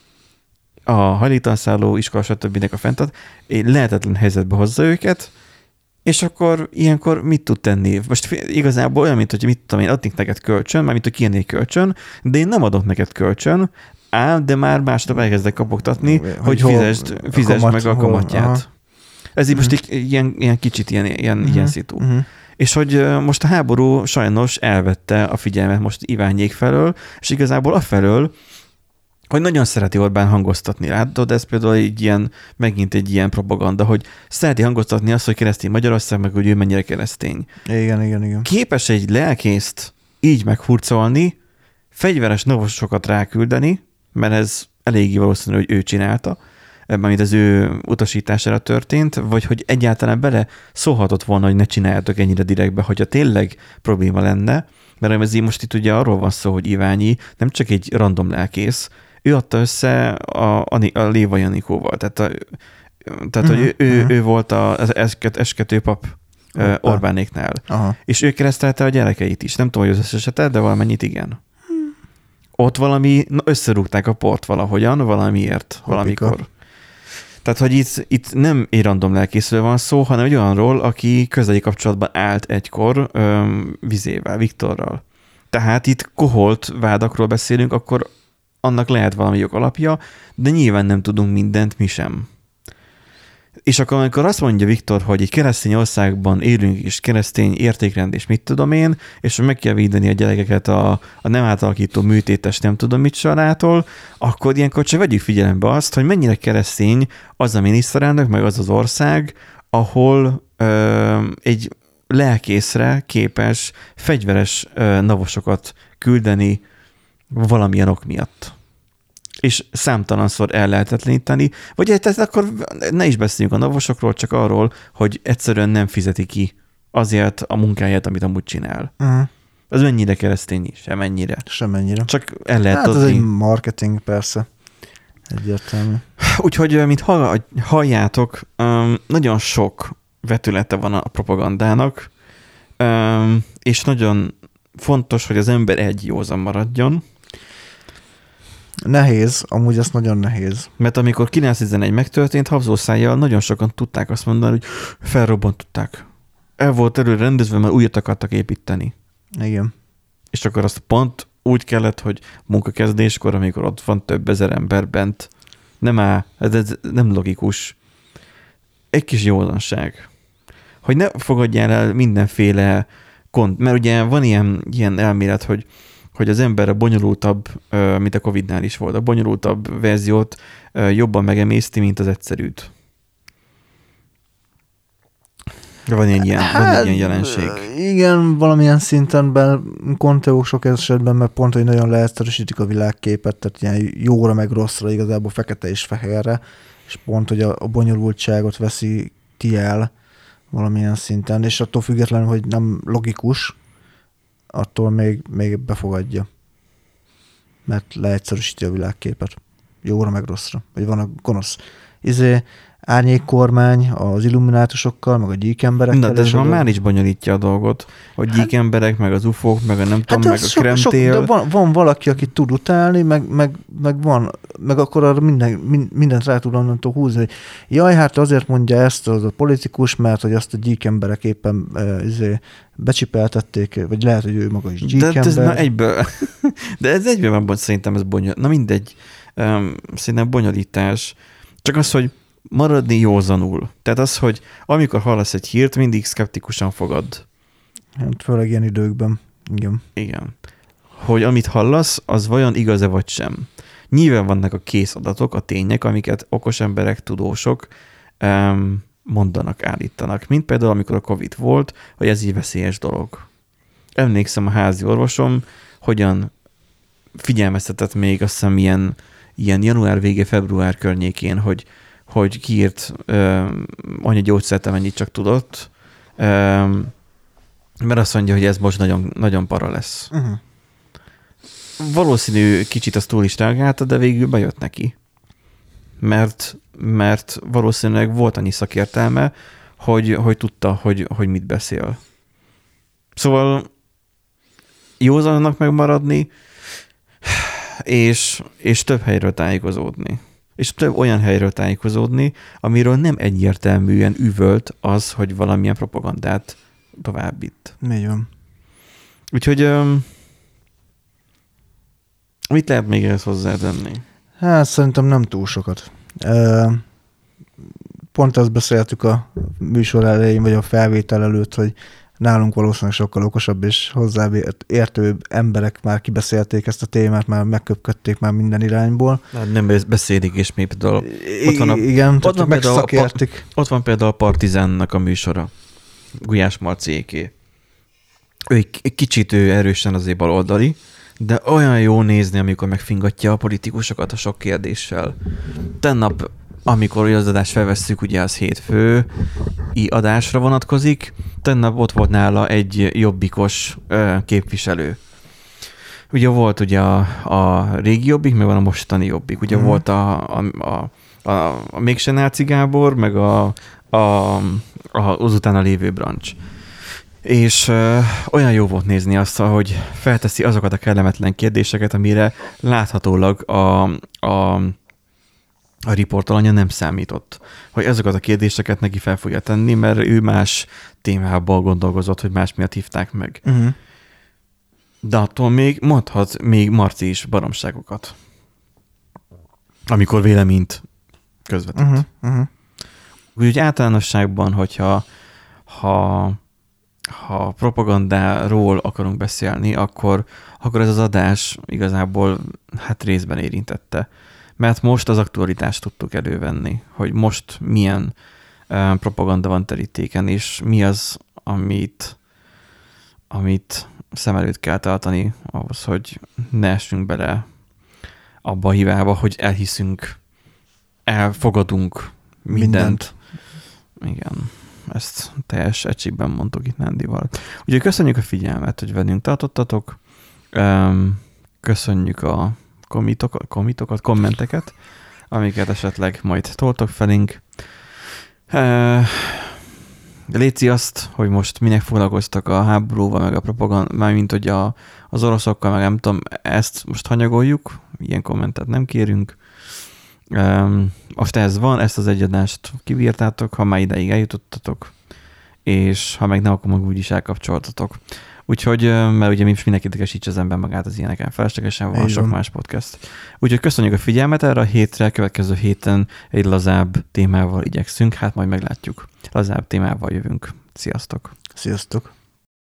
a hajléktalanszálló iskola, stb. A fenntart, egy lehetetlen helyzetbe hozza őket, és akkor ilyenkor mit tud tenni? Most igazából olyan, mint hogy mit tudom én, adnék neked kölcsön, mármint hogy kérnék kölcsön, de én nem adok neked kölcsön, ám, de már másnap elkezdek kapogtatni, hogy, hogy fizesd, fizesd kamat, meg a kamatját. Hol, Ez így uh-huh. most ilyen, ilyen kicsit ilyen, ilyen, uh-huh. ilyen szitu. Uh-huh. És hogy most a háború sajnos elvette a figyelmet most Iványék felől, és igazából afelől, hogy nagyon szereti Orbán hangoztatni. Látod, ez például egy ilyen, megint egy ilyen propaganda, hogy szereti hangoztatni azt, hogy keresztény Magyarország, meg hogy ő mennyire keresztény. Igen, igen, igen. Képes egy lelkészt így meghurcolni, fegyveres navosokat ráküldeni, mert ez eléggé valószínű, hogy ő csinálta, mármint az ő utasítására történt, vagy hogy egyáltalán bele szólhatott volna, hogy ne csináljátok ennyire direktbe, hogyha tényleg probléma lenne, mert ez így most itt ugye arról van szó, hogy Iványi nem csak egy random lelkész, ő adta össze a, a Léva Janikóval, tehát, a, tehát uh-huh, hogy ő, uh-huh. ő volt az eskető pap uh, Orbánéknál, uh-huh. és ő keresztelte a gyerekeit is. Nem tudom, hogy az esetet, de valamennyit igen. Ott valami, na, összerúgták a port valahogyan, valamiért, Hopika. valamikor. Tehát, hogy itt, itt nem egy random lelkészről van szó, hanem egy olyanról, aki közeli kapcsolatban állt egykor öm, Vizével, Viktorral. Tehát itt koholt vádakról beszélünk, akkor annak lehet valami jogalapja, de nyilván nem tudunk mindent, mi sem. És akkor, amikor azt mondja Viktor, hogy egy keresztény országban élünk, és keresztény értékrend, és mit tudom én, és meg kell védeni a gyerekeket a, a nem átalakító műtétes nem tudom mit sorától, akkor ilyenkor csak vegyük figyelembe azt, hogy mennyire keresztény az a miniszterelnök, meg az az ország, ahol ö, egy lelkészre képes fegyveres ö, navosokat küldeni valamilyen ok miatt. És számtalanszor ellehetetleníteni, vagy tehát akkor ne is beszéljünk a navosokról, csak arról, hogy egyszerűen nem fizeti ki azért a munkáját, amit amúgy csinál. Uh-huh. Ez mennyire keresztény? Semennyire. Semennyire. Csak el lehet hát adni. Ez egy marketing persze. Egyértelmű. Úgyhogy, mint halljátok, nagyon sok vetülete van a propagandának, és nagyon fontos, hogy az ember egy józan maradjon. Nehéz, amúgy ez nagyon nehéz. Mert amikor kilencszáztizenegy megtörtént, habzószájjal nagyon sokan tudták azt mondani, hogy felrobbantották. El volt előre rendezve, mert újat akartak építeni. Igen. És akkor azt pont úgy kellett, hogy munkakezdéskor, amikor ott van több ezer ember bent, nem áll, ez, ez nem logikus. Egy kis józanság. Hogy ne fogadjál el mindenféle kont, mert ugye van ilyen, ilyen elmélet, hogy hogy az ember a bonyolultabb, mint a Covidnál is volt, a bonyolultabb verziót jobban megemészti, mint az egyszerűt. Van egy ilyen, hát, van egy ilyen jelenség. Igen, valamilyen szinten konteók sok esetben, mert pont, hogy nagyon leegyszerűsítik a világképet, tehát ilyen jóra meg rosszra, igazából fekete és fehérre, és pont, hogy a, a bonyolultságot veszi ki el valamilyen szinten, és attól függetlenül, hogy nem logikus, attól még, még befogadja. Mert leegyszerűsíti a világképet. Jóra meg rosszra. Vagy van a gonosz izé, árnyékkormány az illuminátusokkal, meg a gyíkemberekkel. Na, de ez már is bonyolítja a dolgot. A gyíkemberek, hát, meg az ufók, meg a nem tudom, hát meg a sok, kremtél. Sok, de van, van valaki, aki tud utálni, meg, meg, meg van, meg akkor arra minden, mindent rá tud onnantól húzni, hogy jaj, hát azért mondja ezt az a politikus, mert hogy azt a gyíkemberek éppen e, izé, becsipeltették, vagy lehet, hogy ő maga is gyíkember. De ez már egyből, de ez egyből van, szerintem ez bonyolít. Na mindegy, um, szerintem bonyolítás. Csak az, hogy maradni józanul. Tehát az, hogy amikor hallasz egy hírt, mindig szkeptikusan fogad. Hát főleg ilyen időkben. Igen. Igen. Hogy amit hallasz, az vajon igaz-e vagy sem. Nyilván vannak a kész adatok, a tények, amiket okos emberek, tudósok um, mondanak, állítanak. Mint például, amikor a Covid volt, hogy ez így veszélyes dolog. emlékszem a házi orvosom, hogyan figyelmeztetett még azt hiszem ilyen, ilyen január vége, február környékén, hogy, hogy kiírt ö, annyi gyógyszert, amennyit csak tudott, ö, mert azt mondja, hogy ez most nagyon, nagyon para lesz. Uh-huh. Valószínű kicsit azt túl is reagálta, de végül bejött neki. Mert, mert valószínűleg volt annyi szakértelme, hogy, hogy tudta, hogy, hogy mit beszél. Szóval józannak megmaradni, és, és több helyről tájékozódni. És több olyan helyről tájékozódni, amiről nem egyértelműen üvölt az, hogy valamilyen propagandát továbbít. Így van. Úgyhogy um, mit lehet még ehhez hozzátenni? Hát szerintem nem túl sokat. Pont azt beszéltük a műsor elején, vagy a felvétel előtt, hogy nálunk valószínűleg sokkal okosabb és hozzáértőbb emberek már kibeszélték ezt a témát, már megköpködték már minden irányból. Hát nem beszélik, és még például ott van a, igen, ott van megszakértik. A, ott van például a Partizánnak a műsora, Gulyás Marciéké. Ő egy kicsit ő erősen azért baloldali, de olyan jó nézni, amikor megfingatja a politikusokat a sok kérdéssel. Tennap, amikor az adást felvesszük, ugye az hétfő adásra vonatkozik, tennap ott volt nála egy jobbikos ö, képviselő. Ugye volt ugye a, a régi jobbik, meg van a mostani jobbik. Ugye mm. volt a, a, a, a, a mégse náci Gábor, meg a, a, a, az utána lévő brancs. És ö, olyan jó volt nézni azt, hogy felteszi azokat a kellemetlen kérdéseket, amire láthatólag a, a a riportalanya nem számított, hogy ezeket a kérdéseket neki fel fogja tenni, mert ő más témában gondolkozott, hogy más miatt hívták meg. Uh-huh. De attól még mondhat még Marci is baromságokat, amikor véleményt közvetít. Uh-huh. Uh-huh. Úgyhogy általánosságban, hogyha ha, ha propagandáról akarunk beszélni, akkor, akkor ez az adás igazából hát részben érintette. Mert most az aktualitást tudtuk elővenni, hogy most milyen uh, propaganda van terítéken, és mi az, amit, amit szem előtt kell tartani ahhoz, hogy ne essünk bele abba a hibába, hogy elhiszünk, elfogadunk mindent. mindent. Igen, ezt teljes egységben mondtuk itt Nándival. Úgyhogy köszönjük a figyelmet, hogy velünk tartottatok. Um, köszönjük a Komitokat, komitokat, kommenteket, amiket esetleg majd toltok felénk. Léci azt, hogy most minek foglalkoztak a háborúval, meg a propaganda, mármint hogy a, az oroszokkal, meg nem tudom, ezt most hanyagoljuk, ilyen kommentet nem kérünk. Most ez van, ezt az egyadást kibírtátok, ha már ideig eljutottatok, és ha meg nem, akkor meg úgyis elkapcsoltatok. Úgyhogy, mert ugye mindenki idegesítse az ember magát az ilyeneken, feleslegesen van sok más podcast. Úgyhogy köszönjük a figyelmet erre a hétre, következő héten egy lazább témával igyekszünk, hát majd meglátjuk. Lazább témával jövünk. Sziasztok! Sziasztok!